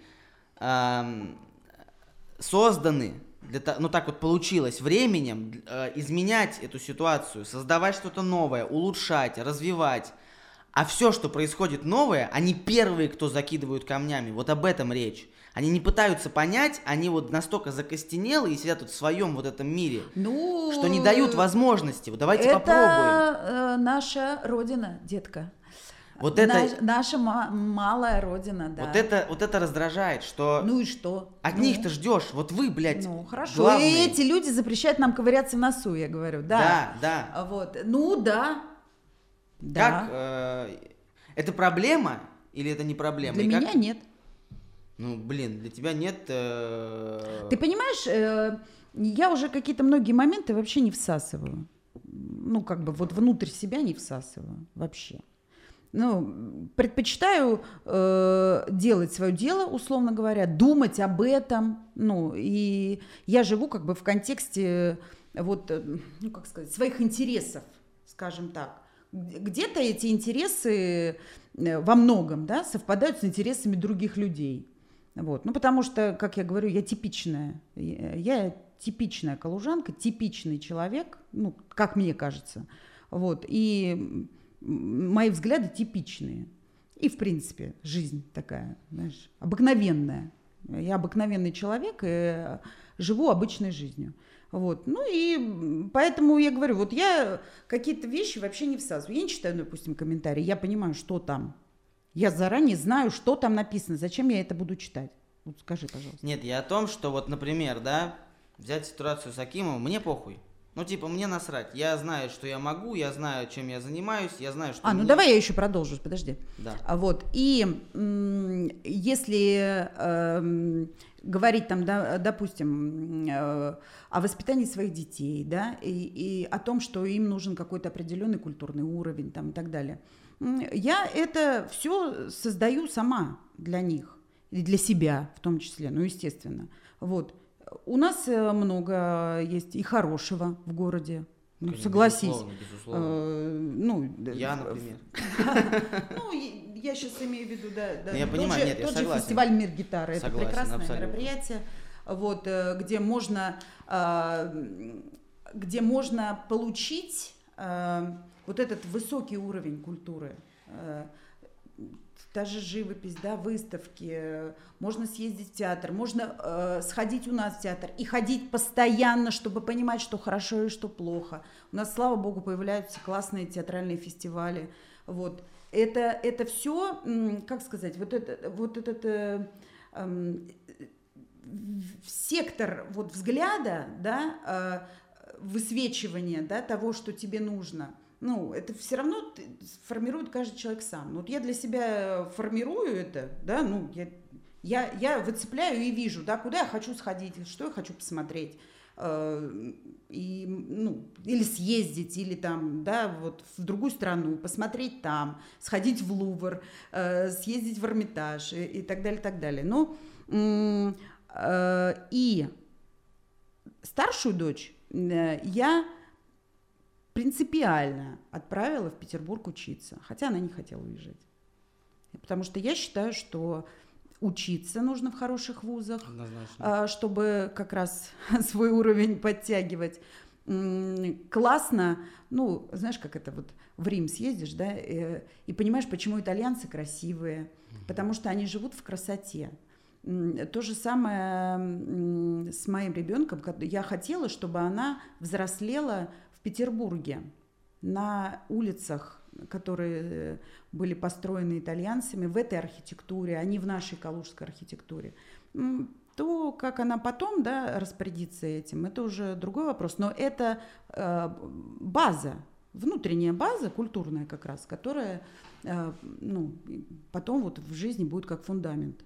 созданы, ну так вот получилось, временем изменять эту ситуацию, создавать что-то новое, улучшать, развивать. А все, что происходит новое, они первые, кто закидывают камнями. Вот об этом речь. Они не пытаются понять, они вот настолько закостенелы и сидят вот в своем вот этом мире, что не дают возможности. Вот давайте попробуем. Это наша родина, детка. Вот это... Наша малая родина, да. Вот это раздражает, что... Ну и что? От них-то ждешь. Вот вы, блядь, Ну, хорошо. главные. И эти люди запрещают нам ковыряться в носу, я говорю. Да. Да. Вот. Ну, да. Как? Это проблема или это не проблема? Для меня нет. Ну, блин, для тебя нет... Ты понимаешь, я уже какие-то многие моменты вообще не всасываю. Ну, как бы вот внутрь себя не всасываю вообще. Ну, предпочитаю делать свое дело, условно говоря, думать об этом. Ну, и я живу как бы в контексте вот, ну, как сказать, своих интересов, скажем так. Где-то эти интересы во многом, да, совпадают с интересами других людей. Вот. Ну, потому что, как я говорю, я типичная калужанка, типичный человек, ну, как мне кажется. Вот. И мои взгляды типичные. И, в принципе, жизнь такая, знаешь, обыкновенная. Я обыкновенный человек и живу обычной жизнью. Вот. Ну и поэтому я говорю, вот я какие-то вещи вообще не всасываю. Я не читаю, допустим, комментарии, я понимаю, что там. Я заранее знаю, что там написано. Зачем я это буду читать? Вот скажи, пожалуйста. Нет, я о том, что вот, например, да, взять ситуацию с Акимовым, мне похуй. Ну, типа, мне насрать. Я знаю, что я могу, я знаю, чем я занимаюсь, я знаю, что... Ну давай я еще продолжу, подожди. Да. Вот, и если говорить там, да, допустим, о воспитании своих детей, да, и о том, что им нужен какой-то определенный культурный уровень, там, и так далее, я это все создаю сама для них, и для себя в том числе, ну, естественно. Вот. У нас много есть и хорошего в городе. Ну, конечно, согласись. Безусловно. Я, например. Ну, я сейчас имею в виду, да. Я понимаю, нет, я согласен. Тот же фестиваль «Мир гитары». Это прекрасное мероприятие, вот, где можно получить вот этот высокий уровень культуры. Та же живопись, да, выставки, можно съездить в театр, можно сходить у нас в театр и ходить постоянно, чтобы понимать, что хорошо и что плохо. У нас, слава богу, появляются классные театральные фестивали. Вот. Это все, как сказать, вот этот сектор вот взгляда, да, высвечивания, да, того, что тебе нужно. Ну, это все равно формирует каждый человек сам. Вот я для себя формирую это, да, ну, я выцепляю и вижу, да, куда я хочу сходить, что я хочу посмотреть, и, ну, или съездить, или там, да, вот в другую страну, посмотреть там, сходить в Лувр, съездить в Эрмитаж и так далее, так далее. Ну, и старшую дочь я принципиально отправила в Петербург учиться, хотя она не хотела уезжать. Потому что я считаю, что учиться нужно в хороших вузах, чтобы как раз свой уровень подтягивать. Классно, ну, знаешь, как это вот в Рим съездишь, да, и понимаешь, почему итальянцы красивые, потому что они живут в красоте. То же самое с моим ребенком. Я хотела, чтобы она взрослела в Петербурге на улицах, которые были построены итальянцами, в этой архитектуре, а не в нашей калужской архитектуре. то, как она потом, да, распорядится этим, это уже другой вопрос. Но это база, внутренняя база, культурная как раз, которая ну, потом вот в жизни будет как фундамент.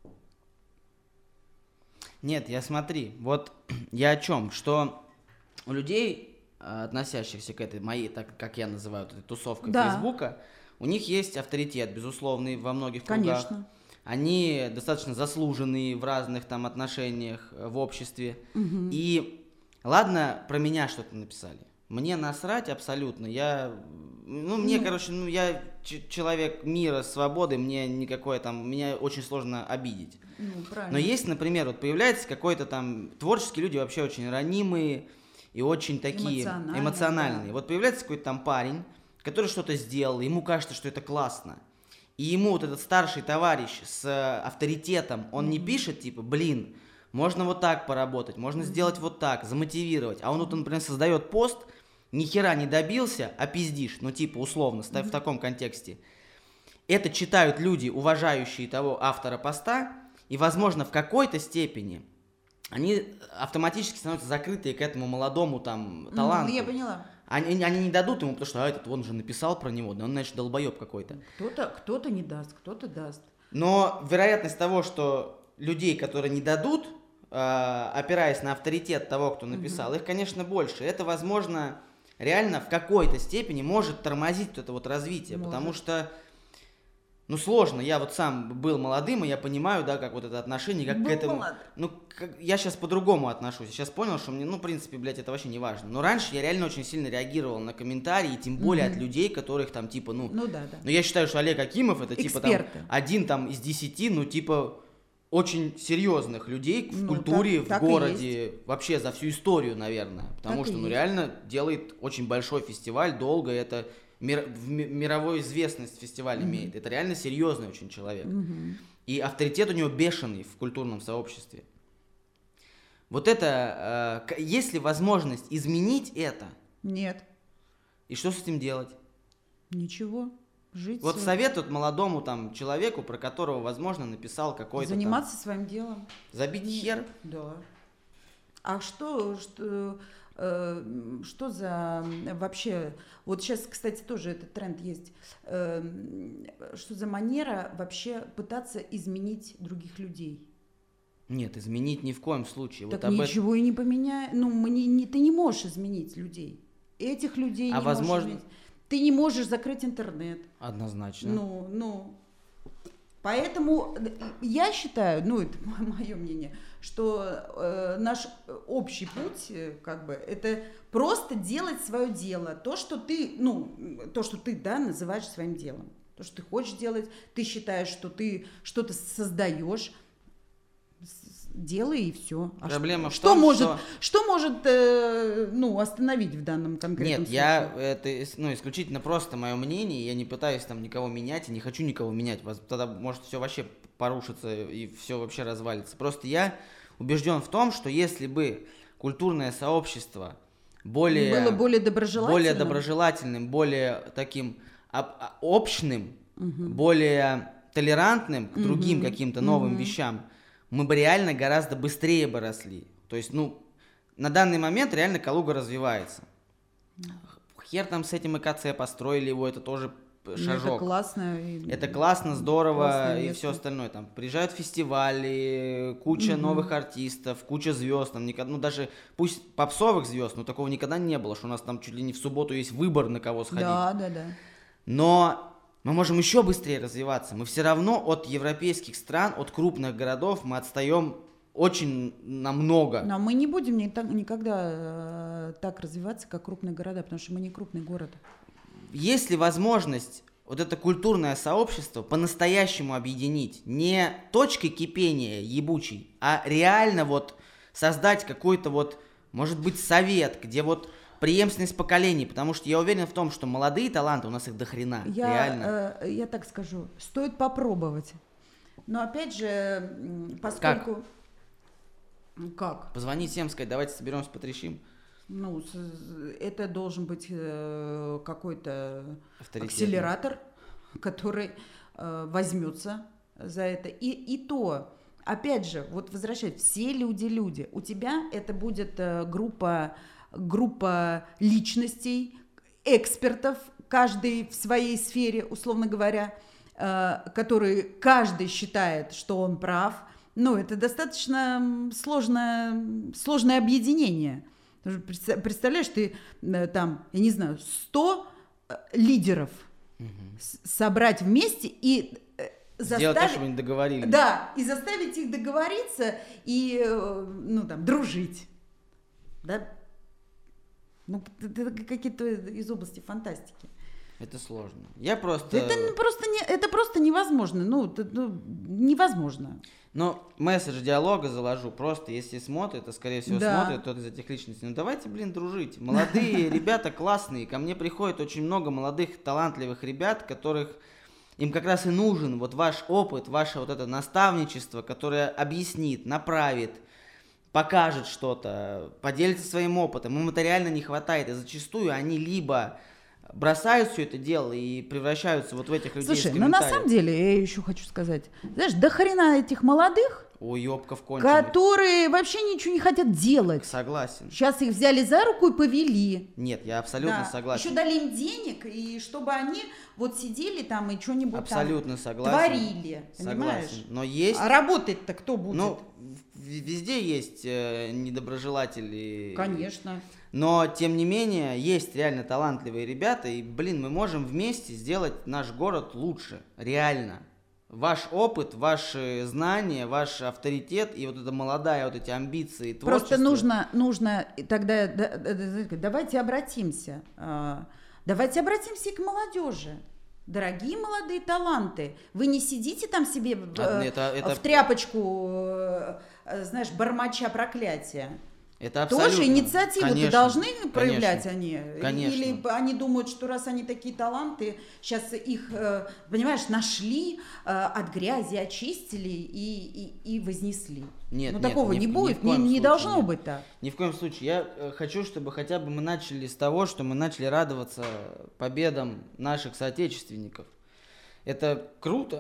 Нет, смотри, вот я о чем, что у людей, относящихся к этой моей, так как я называю, этой тусовкой Фейсбука, у них есть авторитет, безусловный, во многих кругах. Конечно. Они достаточно заслуженные в разных там отношениях в обществе. Угу. И ладно, про меня что-то написали. Мне насрать абсолютно. Я человек мира, свободы, мне никакое там, меня очень сложно обидеть. Но есть, например, вот появляется какой-то там, творческие люди вообще очень ранимые и очень такие эмоциональные. Да. Вот появляется какой-то там парень, который что-то сделал, ему кажется, что это классно. И ему вот этот старший товарищ с авторитетом, он не пишет, типа, блин, можно вот так поработать, можно сделать вот так, замотивировать. А он вот, например, создает пост, ни хера не добился, а пиздишь, ну типа условно, в таком контексте. Это читают люди, уважающие того автора поста, и, возможно, в какой-то степени они автоматически становятся закрытые к этому молодому там таланту. Я поняла. Они не дадут ему, потому что этот он же написал про него, да он, значит, долбоеб какой-то. Кто-то не даст, кто-то даст. Но вероятность того, что людей, которые не дадут, опираясь на авторитет того, кто написал, их, конечно, больше. Это, возможно, реально в какой-то степени может тормозить вот это вот развитие, потому что, ну, сложно. Я вот сам был молодым, и я понимаю, да, как вот это отношение, как к этому... Ну, я сейчас по-другому отношусь. Сейчас понял, что мне, ну, в принципе, блядь, это вообще не важно. Но раньше я реально очень сильно реагировал на комментарии, и тем более от людей, которых там, типа, ну... Ну, да. Ну, я считаю, что Олег Акимов это, типа, там, 1 там из 10, ну, типа, очень серьезных людей в культуре, в городе, вообще за всю историю, наверное. Потому что, ну, реально делает очень большой фестиваль, долго, это... мировую известность фестиваль имеет. Это реально серьезный очень человек. И авторитет у него бешеный в культурном сообществе. Вот это... есть ли возможность изменить это? Нет. И что с этим делать? Ничего. Жить. Вот совет вот молодому там человеку, про которого, возможно, написал какой-то заниматься там... своим делом. Забить хер? Да. А что за вообще, вот сейчас, кстати, тоже этот тренд есть, что за манера вообще пытаться изменить других людей? Нет, изменить ни в коем случае. Так вот ничего и не поменяй, ну, ты не можешь изменить людей, этих людей не можешь изменить. Ты не можешь закрыть интернет. Однозначно. Ну, поэтому я считаю, ну, это мое мнение, что наш общий путь, как бы, это просто делать свое дело. То, что ты, да, называешь своим делом. То, что ты хочешь делать, ты считаешь, что ты что-то создаешь, делай и все. Проблема что может остановить в данном конкретном случае? Это исключительно просто мое мнение. Я не пытаюсь там никого менять и не хочу никого менять. Тогда может все вообще порушится и все вообще развалится. Просто я убежден в том, что если бы культурное сообщество было более доброжелательным, более таким общным, более толерантным к другим каким-то новым вещам, мы бы реально гораздо быстрее бы росли. То есть, на данный момент реально Калуга развивается. Хер там с этим ИКЦ построили его, это тоже шажок. Это классно. Это классно, здорово и все остальное. Там приезжают фестивали, куча новых артистов, куча звезд. Там даже пусть попсовых звезд, но такого никогда не было, что у нас там чуть ли не в субботу есть выбор, на кого сходить. Да. Но мы можем еще быстрее развиваться. Мы все равно от европейских стран, от крупных городов мы отстаем очень намного. Но мы не будем никогда так развиваться, как крупные города, потому что мы не крупный город. Есть ли возможность вот это культурное сообщество по-настоящему объединить? Не точкой кипения ебучей, а реально вот создать какой-то вот, может быть, совет, где вот преемственность поколений, потому что я уверен в том, что молодые таланты, у нас их дохрена, реально. Я так скажу, стоит попробовать. Но опять же, поскольку... Как? Позвонить всем, сказать, давайте соберемся, потрещим. Это должен быть какой-то акселератор, который возьмется за это. И то, опять же, вот возвращать, все люди. У тебя это будет группа личностей, экспертов, каждый в своей сфере, условно говоря, который каждый считает, что он прав. Ну, это достаточно сложное объединение. Представляешь, ты там, я не знаю, 100 лидеров собрать вместе и сделать так, чтобы они договорились. Да, и заставить их договориться и, дружить. Да? Ну, это какие-то из области фантастики. Это сложно. Это просто невозможно. Невозможно. Но месседж диалога заложу. Просто если смотрят, а скорее всего смотрят, тот из этих личностей. Давайте, дружить. Молодые ребята классные. Ко мне приходит очень много молодых, талантливых ребят, которых им как раз и нужен вот ваш опыт, ваше вот это наставничество, которое объяснит, направит, покажет что-то, поделится своим опытом. Им это реально не хватает. И зачастую они либо бросают все это дело и превращаются вот в этих людей. Слушай, на самом деле, я еще хочу сказать, знаешь, до хрена этих молодых, ёбков конченых, которые вообще ничего не хотят делать. Согласен. Сейчас их взяли за руку и повели. Нет, я абсолютно согласен. Еще дали им денег, и чтобы они вот сидели там и что-нибудь абсолютно там согласен. Творили. Понимаешь? Согласен. Но есть... А работать-то кто будет? Ну, везде есть недоброжелатели. Конечно. Но, тем не менее, есть реально талантливые ребята, и, мы можем вместе сделать наш город лучше. Реально. Ваш опыт, ваши знания, ваш авторитет и вот эта молодая, вот эти амбиции, творчество. Просто нужно тогда, давайте обратимся и к молодежи. Дорогие молодые таланты, вы не сидите там себе в тряпочку, знаешь, бормоча проклятия. Это абсолютно. Тоже инициативу-то должны проявлять они. Конечно. Или они думают, что раз они такие таланты, сейчас их, понимаешь, нашли, от грязи очистили и вознесли. Нет, такого не будет, не должно быть так. Ни в коем случае. Я хочу, чтобы хотя бы мы начали с того, что мы начали радоваться победам наших соотечественников. Это круто.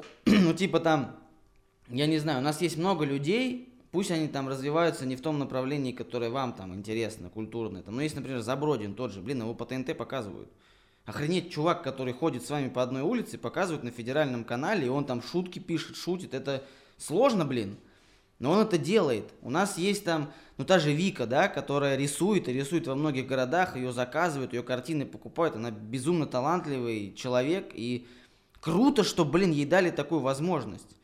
Я не знаю, у нас есть много людей. Пусть они там развиваются не в том направлении, которое вам там интересно, культурное. Но есть, например, Забродин тот же, его по ТНТ показывают. Охренеть, чувак, который ходит с вами по одной улице, показывают на федеральном канале, и он там шутки пишет, шутит. Это сложно, но он это делает. У нас есть там, та же Вика, да, которая рисует во многих городах, ее заказывают, ее картины покупают. Она безумно талантливый человек, и круто, что, ей дали такую возможность.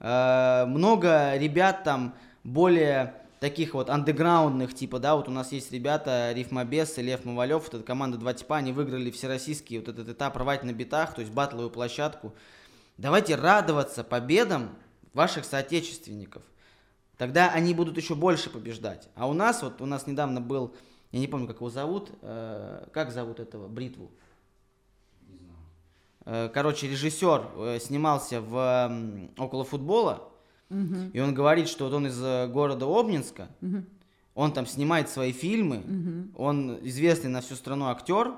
Много ребят там, более таких вот андеграундных, вот у нас есть ребята, Рифмобес и Лев Мавалев, это команда «Два типа», они выиграли всероссийский вот этот этап «Рвать на битах», то есть баттловую площадку. Давайте радоваться победам ваших соотечественников, тогда они будут еще больше побеждать. А у нас недавно был, я не помню, как его зовут, как зовут этого, Бритву? Не знаю. Режиссер снимался в «Около футбола», и он говорит, что он из города Обнинска, он там снимает свои фильмы, он известный на всю страну актер,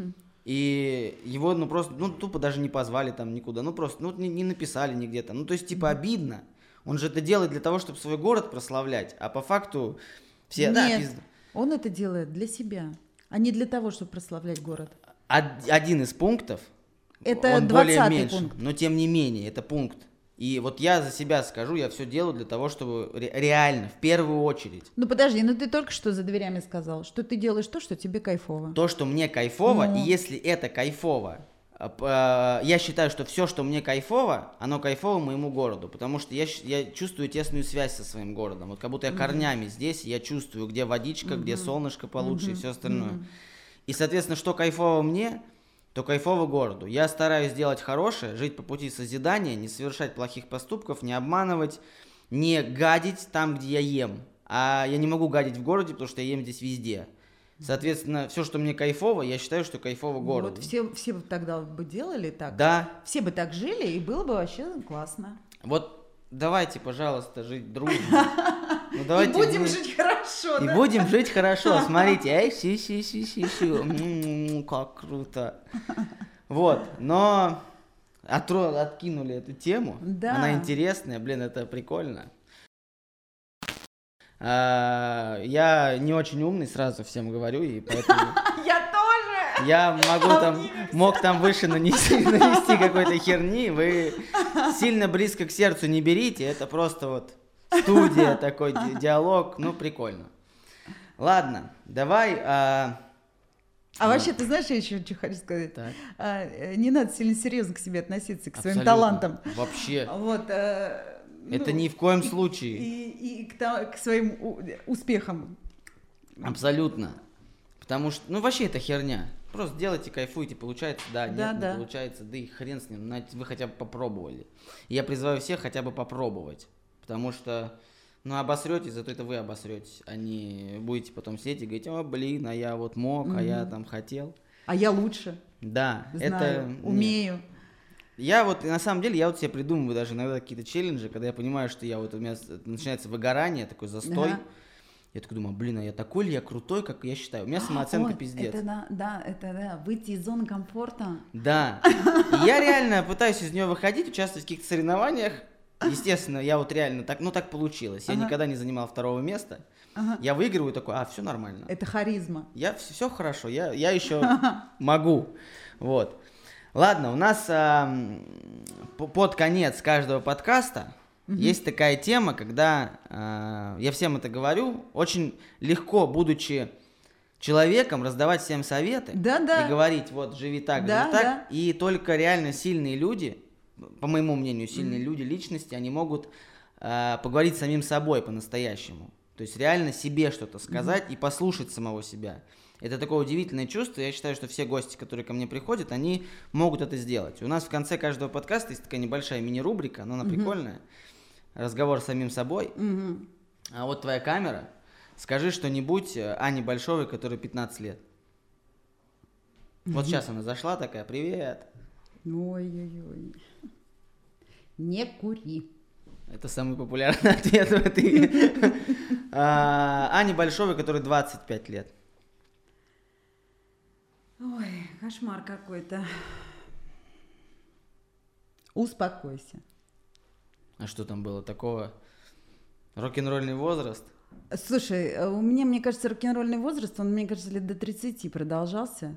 и его просто, тупо даже не позвали там никуда, не написали нигде-то. То есть, обидно. Он же это делает для того, чтобы свой город прославлять, а по факту все... Нет, он это делает для себя, а не для того, чтобы прославлять город. Один из пунктов, это он более 20-й меньше, пункт. но тем не менее, это пункт. И вот я за себя скажу, я все делаю для того, чтобы реально, в первую очередь. Подожди, ты только что за дверями сказал, что ты делаешь то, что тебе кайфово. То, что мне кайфово, и если это кайфово, я считаю, что все, что мне кайфово, оно кайфово моему городу, потому что я чувствую тесную связь со своим городом, вот как будто я корнями здесь, я чувствую, где водичка, где солнышко получше и все остальное. И, соответственно, что кайфово мне, то кайфово городу. Я стараюсь делать хорошее, жить по пути созидания, не совершать плохих поступков, не обманывать, не гадить там, где я ем. А я не могу гадить в городе, потому что я ем здесь везде. Соответственно, все, что мне кайфово, я считаю, что кайфово городу. Вот все бы тогда бы делали так. Да. Все бы так жили, и было бы вообще классно. Вот давайте, пожалуйста, жить дружно. И будем жить хорошо, да? И будем жить хорошо. Смотрите, как круто. Вот, но откинули эту тему. Да. Она интересная, это прикольно. Я не очень умный, сразу всем говорю, и поэтому... Я тоже! Я мог там выше нанести какой-то херни, вы сильно близко к сердцу не берите, это просто вот студия, такой диалог, ну, прикольно. Ладно, давай... вообще, ты знаешь, я еще что хочу сказать? Не надо сильно серьезно к себе относиться, к своим Абсолютно. талантам. Вообще. Вот, это ни в коем случае. И к своим успехам. Абсолютно. Потому что, ну, вообще это херня. Просто делайте, кайфуйте, получается, нет, не получается, да и хрен с ним, вы хотя бы попробовали. И я призываю всех хотя бы попробовать, потому что, ну, обосретесь, зато это вы обосретесь, а не будете потом сидеть и говорить, о, блин, а я вот мог, а я там хотел. А я лучше. Да, знаю, это... умею. Нет. Я вот, на самом деле, я вот себе придумываю даже иногда какие-то челленджи, когда я понимаю, что у меня начинается выгорание, такой застой. Ага. Я такой думаю, блин, а я такой ли я крутой, как я считаю? У меня самооценка пиздец. Это выйти из зоны комфорта. Да. И я реально пытаюсь из нее выходить, участвовать в каких-то соревнованиях. Естественно, я вот реально так получилось. Я никогда не занимал 2-го места. Я выигрываю такой, все нормально. Это харизма. Все хорошо, я еще могу. Вот. Ладно, у нас под конец каждого подкаста есть такая тема, когда, я всем это говорю, очень легко, будучи человеком, раздавать всем советы и говорить, вот, живи так, живи так. И только реально сильные люди, по моему мнению, сильные люди, личности, они могут поговорить с самим собой по-настоящему. То есть реально себе что-то сказать и послушать самого себя. Это такое удивительное чувство. Я считаю, что все гости, которые ко мне приходят, они могут это сделать. У нас в конце каждого подкаста есть такая небольшая мини-рубрика, но она прикольная. Разговор с самим собой. А вот твоя камера. Скажи что-нибудь Ане Большовой, которой 15 лет. Вот сейчас она зашла такая, привет. Ой-ой-ой. Не кури. Это самый популярный ответ в этой. Ане Большовой, которой 25 лет. Ой, кошмар какой-то. Успокойся. А что там было такого? Рок-н-ролльный возраст? Слушай, у меня, мне кажется, рок-н-ролльный возраст, он, мне кажется, лет до 30 продолжался.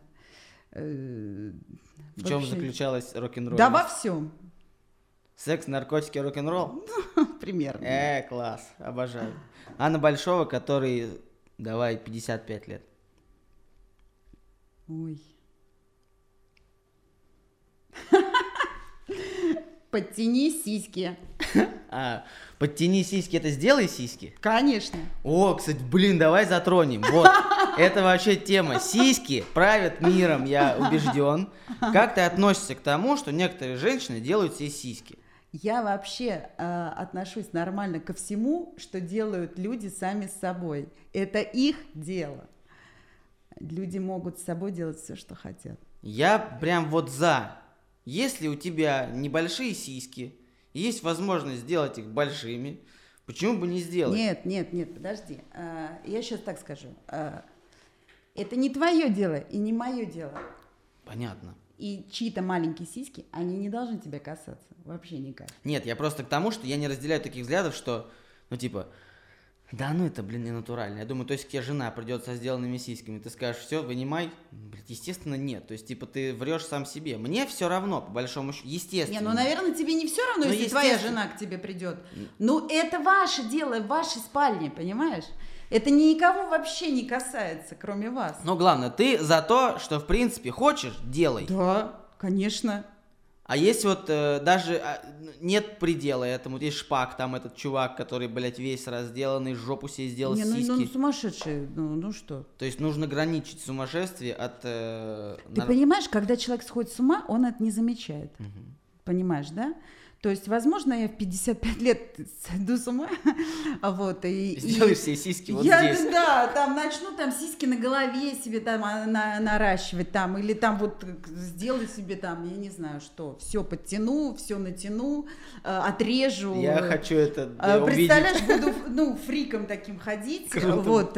В чем заключалась рок-н-ролл? Да во всем. Секс, наркотики, рок-н-ролл? Примерно. Класс, обожаю. Анна Большова, которой, давай, 55 лет. Ой. Подтяни сиськи. Подтяни сиськи, это сделай сиськи? Конечно. О, кстати, блин, давай затронем. Вот, это вообще тема. Сиськи правят миром, я убежден. Как ты относишься к тому, что некоторые женщины делают себе сиськи? Я вообще отношусь нормально ко всему, что делают люди сами с собой. Это их дело. Люди могут с собой делать все, что хотят. Я прям вот за. Если у тебя небольшие сиськи, есть возможность сделать их большими, почему бы не сделать? Нет, подожди. Я сейчас так скажу. Это не твое дело и не мое дело. Понятно. И чьи-то маленькие сиськи, они не должны тебя касаться. Вообще никак. Нет, я просто к тому, что я не разделяю таких взглядов, что, ну типа, да ну это, блин, не натурально. Я думаю, то есть к тебе жена придет со сделанными сиськами, ты скажешь, все, вынимай. Блин, естественно, нет. То есть, типа, ты врешь сам себе. Мне все равно, по большому счету, естественно. Не, ну, наверное, тебе не все равно, если твоя жена к тебе придет. Ну, это ваше дело, в вашей спальне, понимаешь? Это никого вообще не касается, кроме вас. Но главное, ты за то, что, в принципе, хочешь, делай. Да, конечно. А есть вот даже нет предела этому. Есть Шпак, там этот чувак, который, блядь, весь разделанный, жопу себе сделал, сиськи. Ну сумасшедший, ну что. То есть нужно граничить сумасшествие от... Ты понимаешь, когда человек сходит с ума, он это не замечает. Понимаешь, да? То есть, возможно, я в 55 лет сойду с ума, вот, сделаешь себе сиськи вот здесь. Да, там начну там сиськи на голове себе там наращивать там, или там вот сделаю себе там, я не знаю что, все подтяну, все натяну, отрежу. Я хочу это представляешь, буду, ну, фриком таким ходить. Круто. Вот,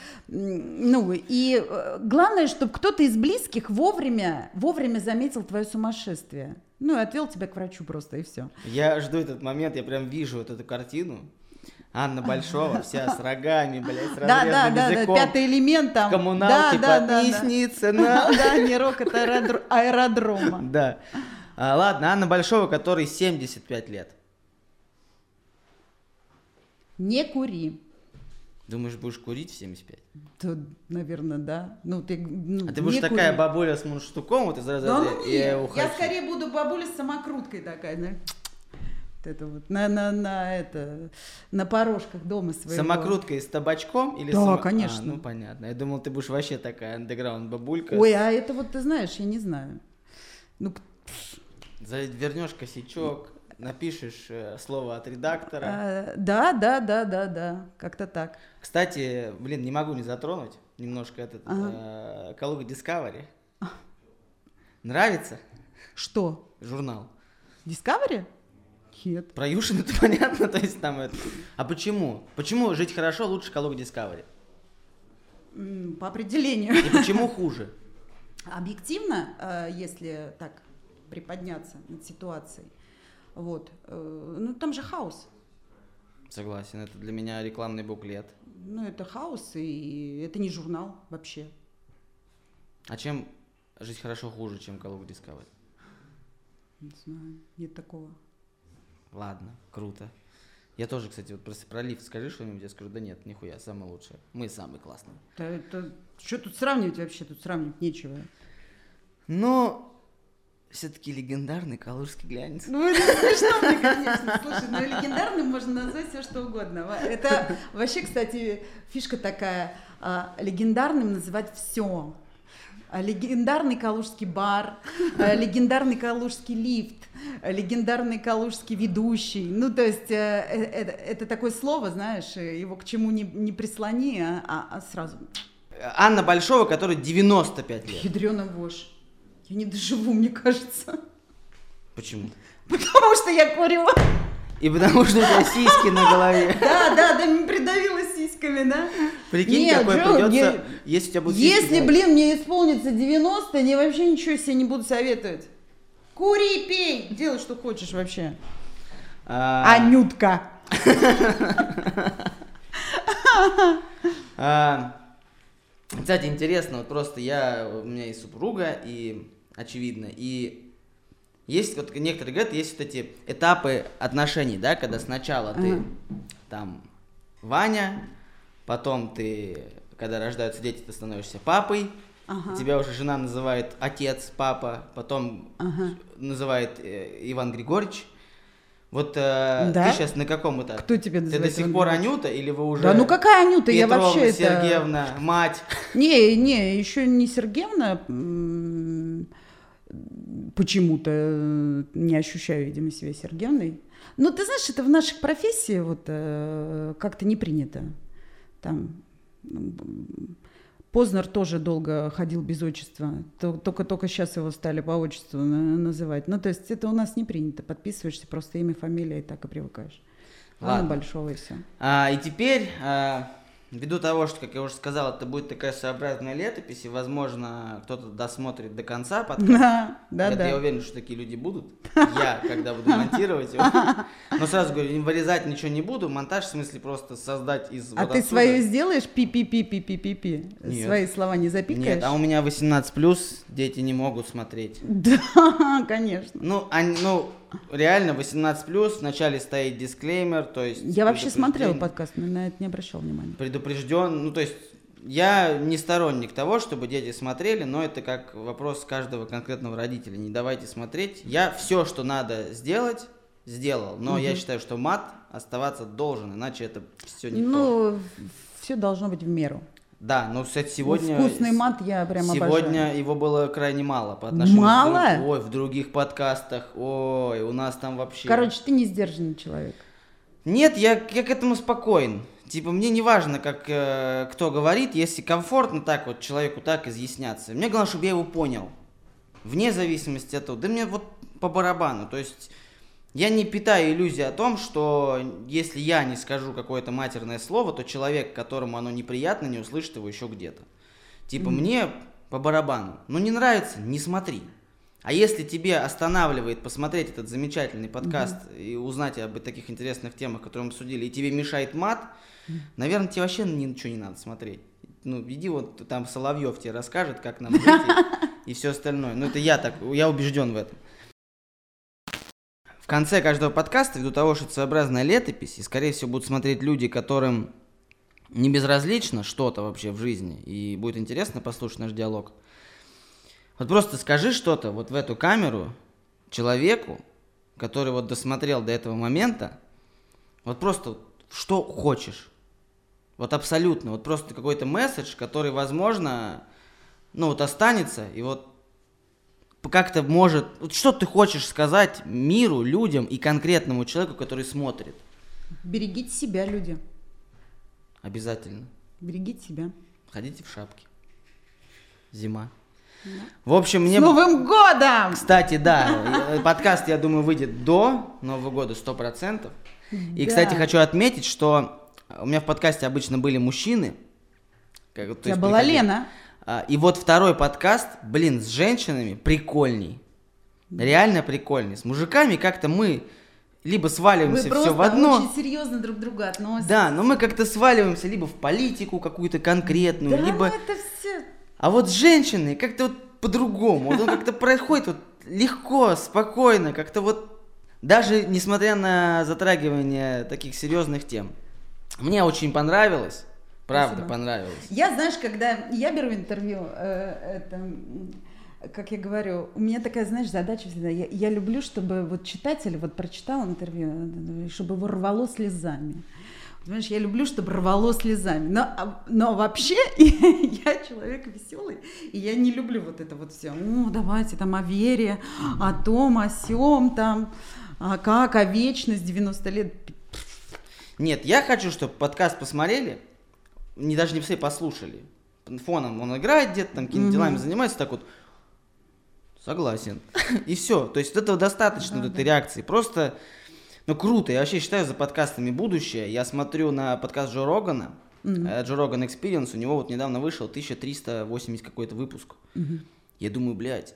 ну, и главное, чтобы кто-то из близких вовремя заметил твое сумасшествие. Ну, и отвел тебя к врачу просто, и все. Я жду этот момент, я прям вижу вот эту картину. Анна Большого, вся с рогами, блядь, с Да, разрезанным языком. пятый элемент там. В коммуналке не да. снится нам. Да, не рок, это аэродрома. Да. Ладно, Анна Большого, которой 75 лет. Не кури. Думаешь, будешь курить в 75? То, наверное, да. Ну, ты А ты будешь такая бабуля с мундштуком, вот из разряда я ухожу. скорее буду бабуля с самокруткой такая, да. Вот это вот, на порожках дома своего. Самокруткой с табачком? Или Да, конечно. Ну, понятно. Я думал, ты будешь вообще такая андеграунд бабулька. Ой, а это вот, ты знаешь, я не знаю. Ну, Вернешь косячок, напишешь слово от редактора. Да, как-то так. Кстати, блин, не могу не затронуть немножко этот Калуга Discovery. Нравится Что? журнал? Discovery? Нет. Про Юшин это понятно, то есть там это. А почему? Почему жить хорошо лучше Калуга Discovery? По определению. И почему хуже? Объективно, если так приподняться над ситуацией, вот, ну там же хаос. Согласен, это для меня рекламный буклет. Ну это хаос, и это не журнал вообще. А чем жить хорошо хуже, чем Калуга Discovery? Не знаю, нет такого. Ладно, круто. Я тоже, кстати, вот про лифт скажи что-нибудь, я скажу, да нет, нихуя, самое лучшее. Мы самые классные. Что тут сравнивать вообще? Тут сравнивать нечего. Но все-таки легендарный калужский глянец. Ну, это смешно мне, конечно. Слушай, ну легендарным можно назвать все, что угодно. Это вообще, кстати, фишка такая. Легендарным называть все. Легендарный калужский бар, легендарный калужский лифт, легендарный калужский ведущий. Ну, то есть это такое слово, знаешь, его к чему не прислони, а сразу. Анна Большого, которой 95 лет. Ядрёна вошь. Я не доживу, мне кажется. Почему? Потому что я курю. И потому что у тебя сиськи на голове. Да, me придавила сиськами, да? Прикинь, Нет, какой Джо, придется, если у тебя будет сиськи. Если, блин, мне исполнится 90, я вообще ничего себе не буду советовать. Кури, пей, делай, что хочешь вообще. Анютка. Кстати, интересно, вот просто у меня есть супруга, и очевидно, и есть, вот некоторые говорят, есть вот эти этапы отношений, да, когда сначала ты там Ваня, потом ты, когда рождаются дети, ты становишься папой, тебя уже жена называет отец, папа, потом называет Иван Григорьевич. Вот ты сейчас на каком этапе? Кто тебя называет? Ты до сих пор Анюта или вы уже... Да ну какая Анюта? Петровна, я вообще Сергеевна, мать. Не, еще не Сергеевна. Почему-то не ощущаю, видимо, себя Сергеевной. Но ты знаешь, это в нашей профессии вот как-то не принято. Там Познер тоже долго ходил без отчества. Только сейчас его стали по отчеству называть. Ну, то есть это у нас не принято. Подписываешься просто имя, фамилия, и так и привыкаешь. Ладно, Большого и все. И теперь, ввиду того, что, как я уже сказал, это будет такая своеобразная летопись, и, возможно, кто-то досмотрит до конца подкаст. Да. Я уверен, что такие люди будут. Я, когда буду монтировать его. Но сразу говорю, вырезать ничего не буду. Монтаж, в смысле, просто создать из... А ты свое сделаешь? Пи-пи-пи-пи-пи-пи-пи. Свои слова не запикаешь? Нет, а у меня 18+, дети не могут смотреть. Да, конечно. Ну, реально 18+, вначале стоит дисклеймер, то есть... Я вообще смотрела подкаст, но на это не обращал внимания. Предупрежден, ну, то есть... Я не сторонник того, чтобы дети смотрели, но это как вопрос каждого конкретного родителя. Не давайте смотреть. Я все, что надо сделать, сделал. Но я считаю, что мат оставаться должен, иначе это все не то. Ну, все должно быть в меру. Да, но, кстати, сегодня... Вкусный мат я прям обожаю. Сегодня его было крайне мало по отношению мало? в других подкастах. Ой, у нас там вообще... Короче, ты не сдержанный человек. Нет, я к этому спокоен. Типа, мне не важно, как кто говорит, если комфортно так вот человеку так изъясняться. Мне главное, чтобы я его понял. Вне зависимости от того. Да мне вот по барабану. То есть я не питаю иллюзии о том, что если я не скажу какое-то матерное слово, то человек, которому оно неприятно, не услышит его еще где-то. Типа, мне по барабану. Ну, не нравится, не смотри. А если тебе останавливает посмотреть этот замечательный подкаст и узнать об таких интересных темах, которые мы обсудили, и тебе мешает мат, наверное, тебе вообще ничего не надо смотреть. Ну, иди вот там Соловьев тебе расскажет, как нам жить и все остальное. Ну, это я убежден в этом. В конце каждого подкаста, ввиду того, что это своеобразная летопись, и, скорее всего, будут смотреть люди, которым не безразлично что-то вообще в жизни, и будет интересно послушать наш диалог. Вот просто скажи что-то вот в эту камеру человеку, который вот досмотрел до этого момента, вот просто что хочешь. Вот абсолютно. Вот просто какой-то месседж, который, возможно, ну вот останется, и вот как-то может... Вот что ты хочешь сказать миру, людям и конкретному человеку, который смотрит? Берегите себя, люди. Обязательно. Берегите себя. Ходите в шапке. Зима. В общем, С Новым годом! Кстати, да, подкаст, я думаю, выйдет до Нового года 100%. И, кстати, хочу отметить, что у меня в подкасте обычно были мужчины. Я была Лена. И вот второй подкаст, с женщинами прикольней. Реально прикольней. С мужиками как-то мы либо сваливаемся все в одно. Вы просто очень серьезно друг к другу относитесь. Да, но мы как-то сваливаемся либо в политику какую-то конкретную, да, либо... это все... А вот с женщиной как-то вот по-другому. Вот он как-то происходит вот легко, спокойно, как-то вот даже несмотря на затрагивание таких серьезных тем. Мне очень понравилось. Правда, Спасибо. Понравилось. Я, знаешь, когда я беру интервью, как я говорю, у меня такая, знаешь, задача всегда. Я люблю, чтобы вот читатель вот прочитал интервью, чтобы его рвало слезами. Понимаешь, я люблю, чтобы рвало слезами. Но вообще я человек веселый, и я не люблю вот это вот все. Давайте там о вере, о том, о сём, там, о вечность 90 лет. Нет, я хочу, чтобы подкаст посмотрели, даже не все послушали. Фоном он играет где-то, там какими-то делами занимается, так вот, согласен. И все. То есть этого достаточно, этой реакции. Просто... Ну, круто. Я вообще считаю за подкастами будущее. Я смотрю на подкаст Джо Рогана, Джо Роган Experience, у него вот недавно вышел 1380 какой-то выпуск. Я думаю,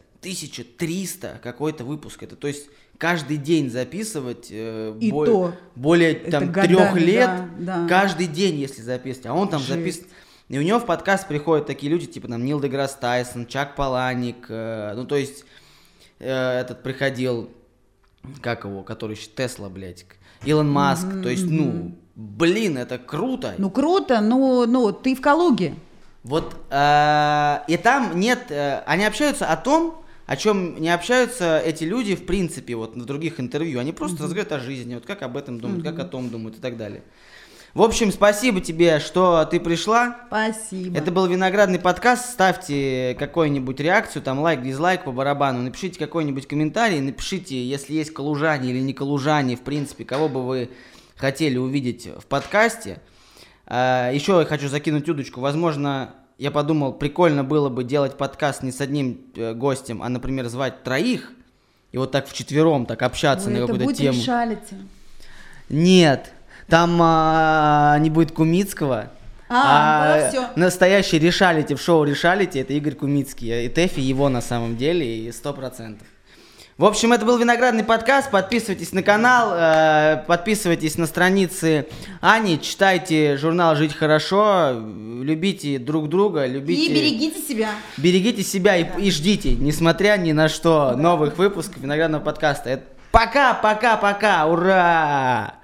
1300 какой-то выпуск. Это, то есть, каждый день записывать более там 3 лет, да. Каждый день, если записывать. А он там записывает. И у него в подкаст приходят такие люди, типа там Нил Деграсс Тайсон, Чак Паланик, ну, то есть, этот приходил... Как его, который еще Тесла, Илон Маск, то есть, это круто. Ну, круто, ты в Калуге. Вот, и там нет, они общаются о том, о чем не общаются эти люди, в принципе, вот в других интервью. Они просто разговаривают о жизни, вот как об этом думают, как о том думают и так далее. В общем, спасибо тебе, что ты пришла. Спасибо. Это был Виноградный подкаст. Ставьте какую-нибудь реакцию, там лайк, дизлайк по барабану. Напишите какой-нибудь комментарий. Напишите, если есть калужане или не калужане, в принципе, кого бы вы хотели увидеть в подкасте. Еще я хочу закинуть удочку. Возможно, я подумал, прикольно было бы делать подкаст не с одним гостем, а, например, звать 3. И вот так вчетвером так общаться на какую-то тему. Это будет решалити. Нет. Там не будет Кумицкого, все. Настоящий решалити в шоу решалити это Игорь Кумицкий. И Тэфи его на самом деле, и 100%. В общем, это был Виноградный подкаст. Подписывайтесь на канал, подписывайтесь на страницы Ани, читайте журнал «Жить хорошо», любите друг друга, любите... И берегите себя. Берегите себя и ждите, несмотря ни на что, новых выпусков Виноградного подкаста. Пока, ура!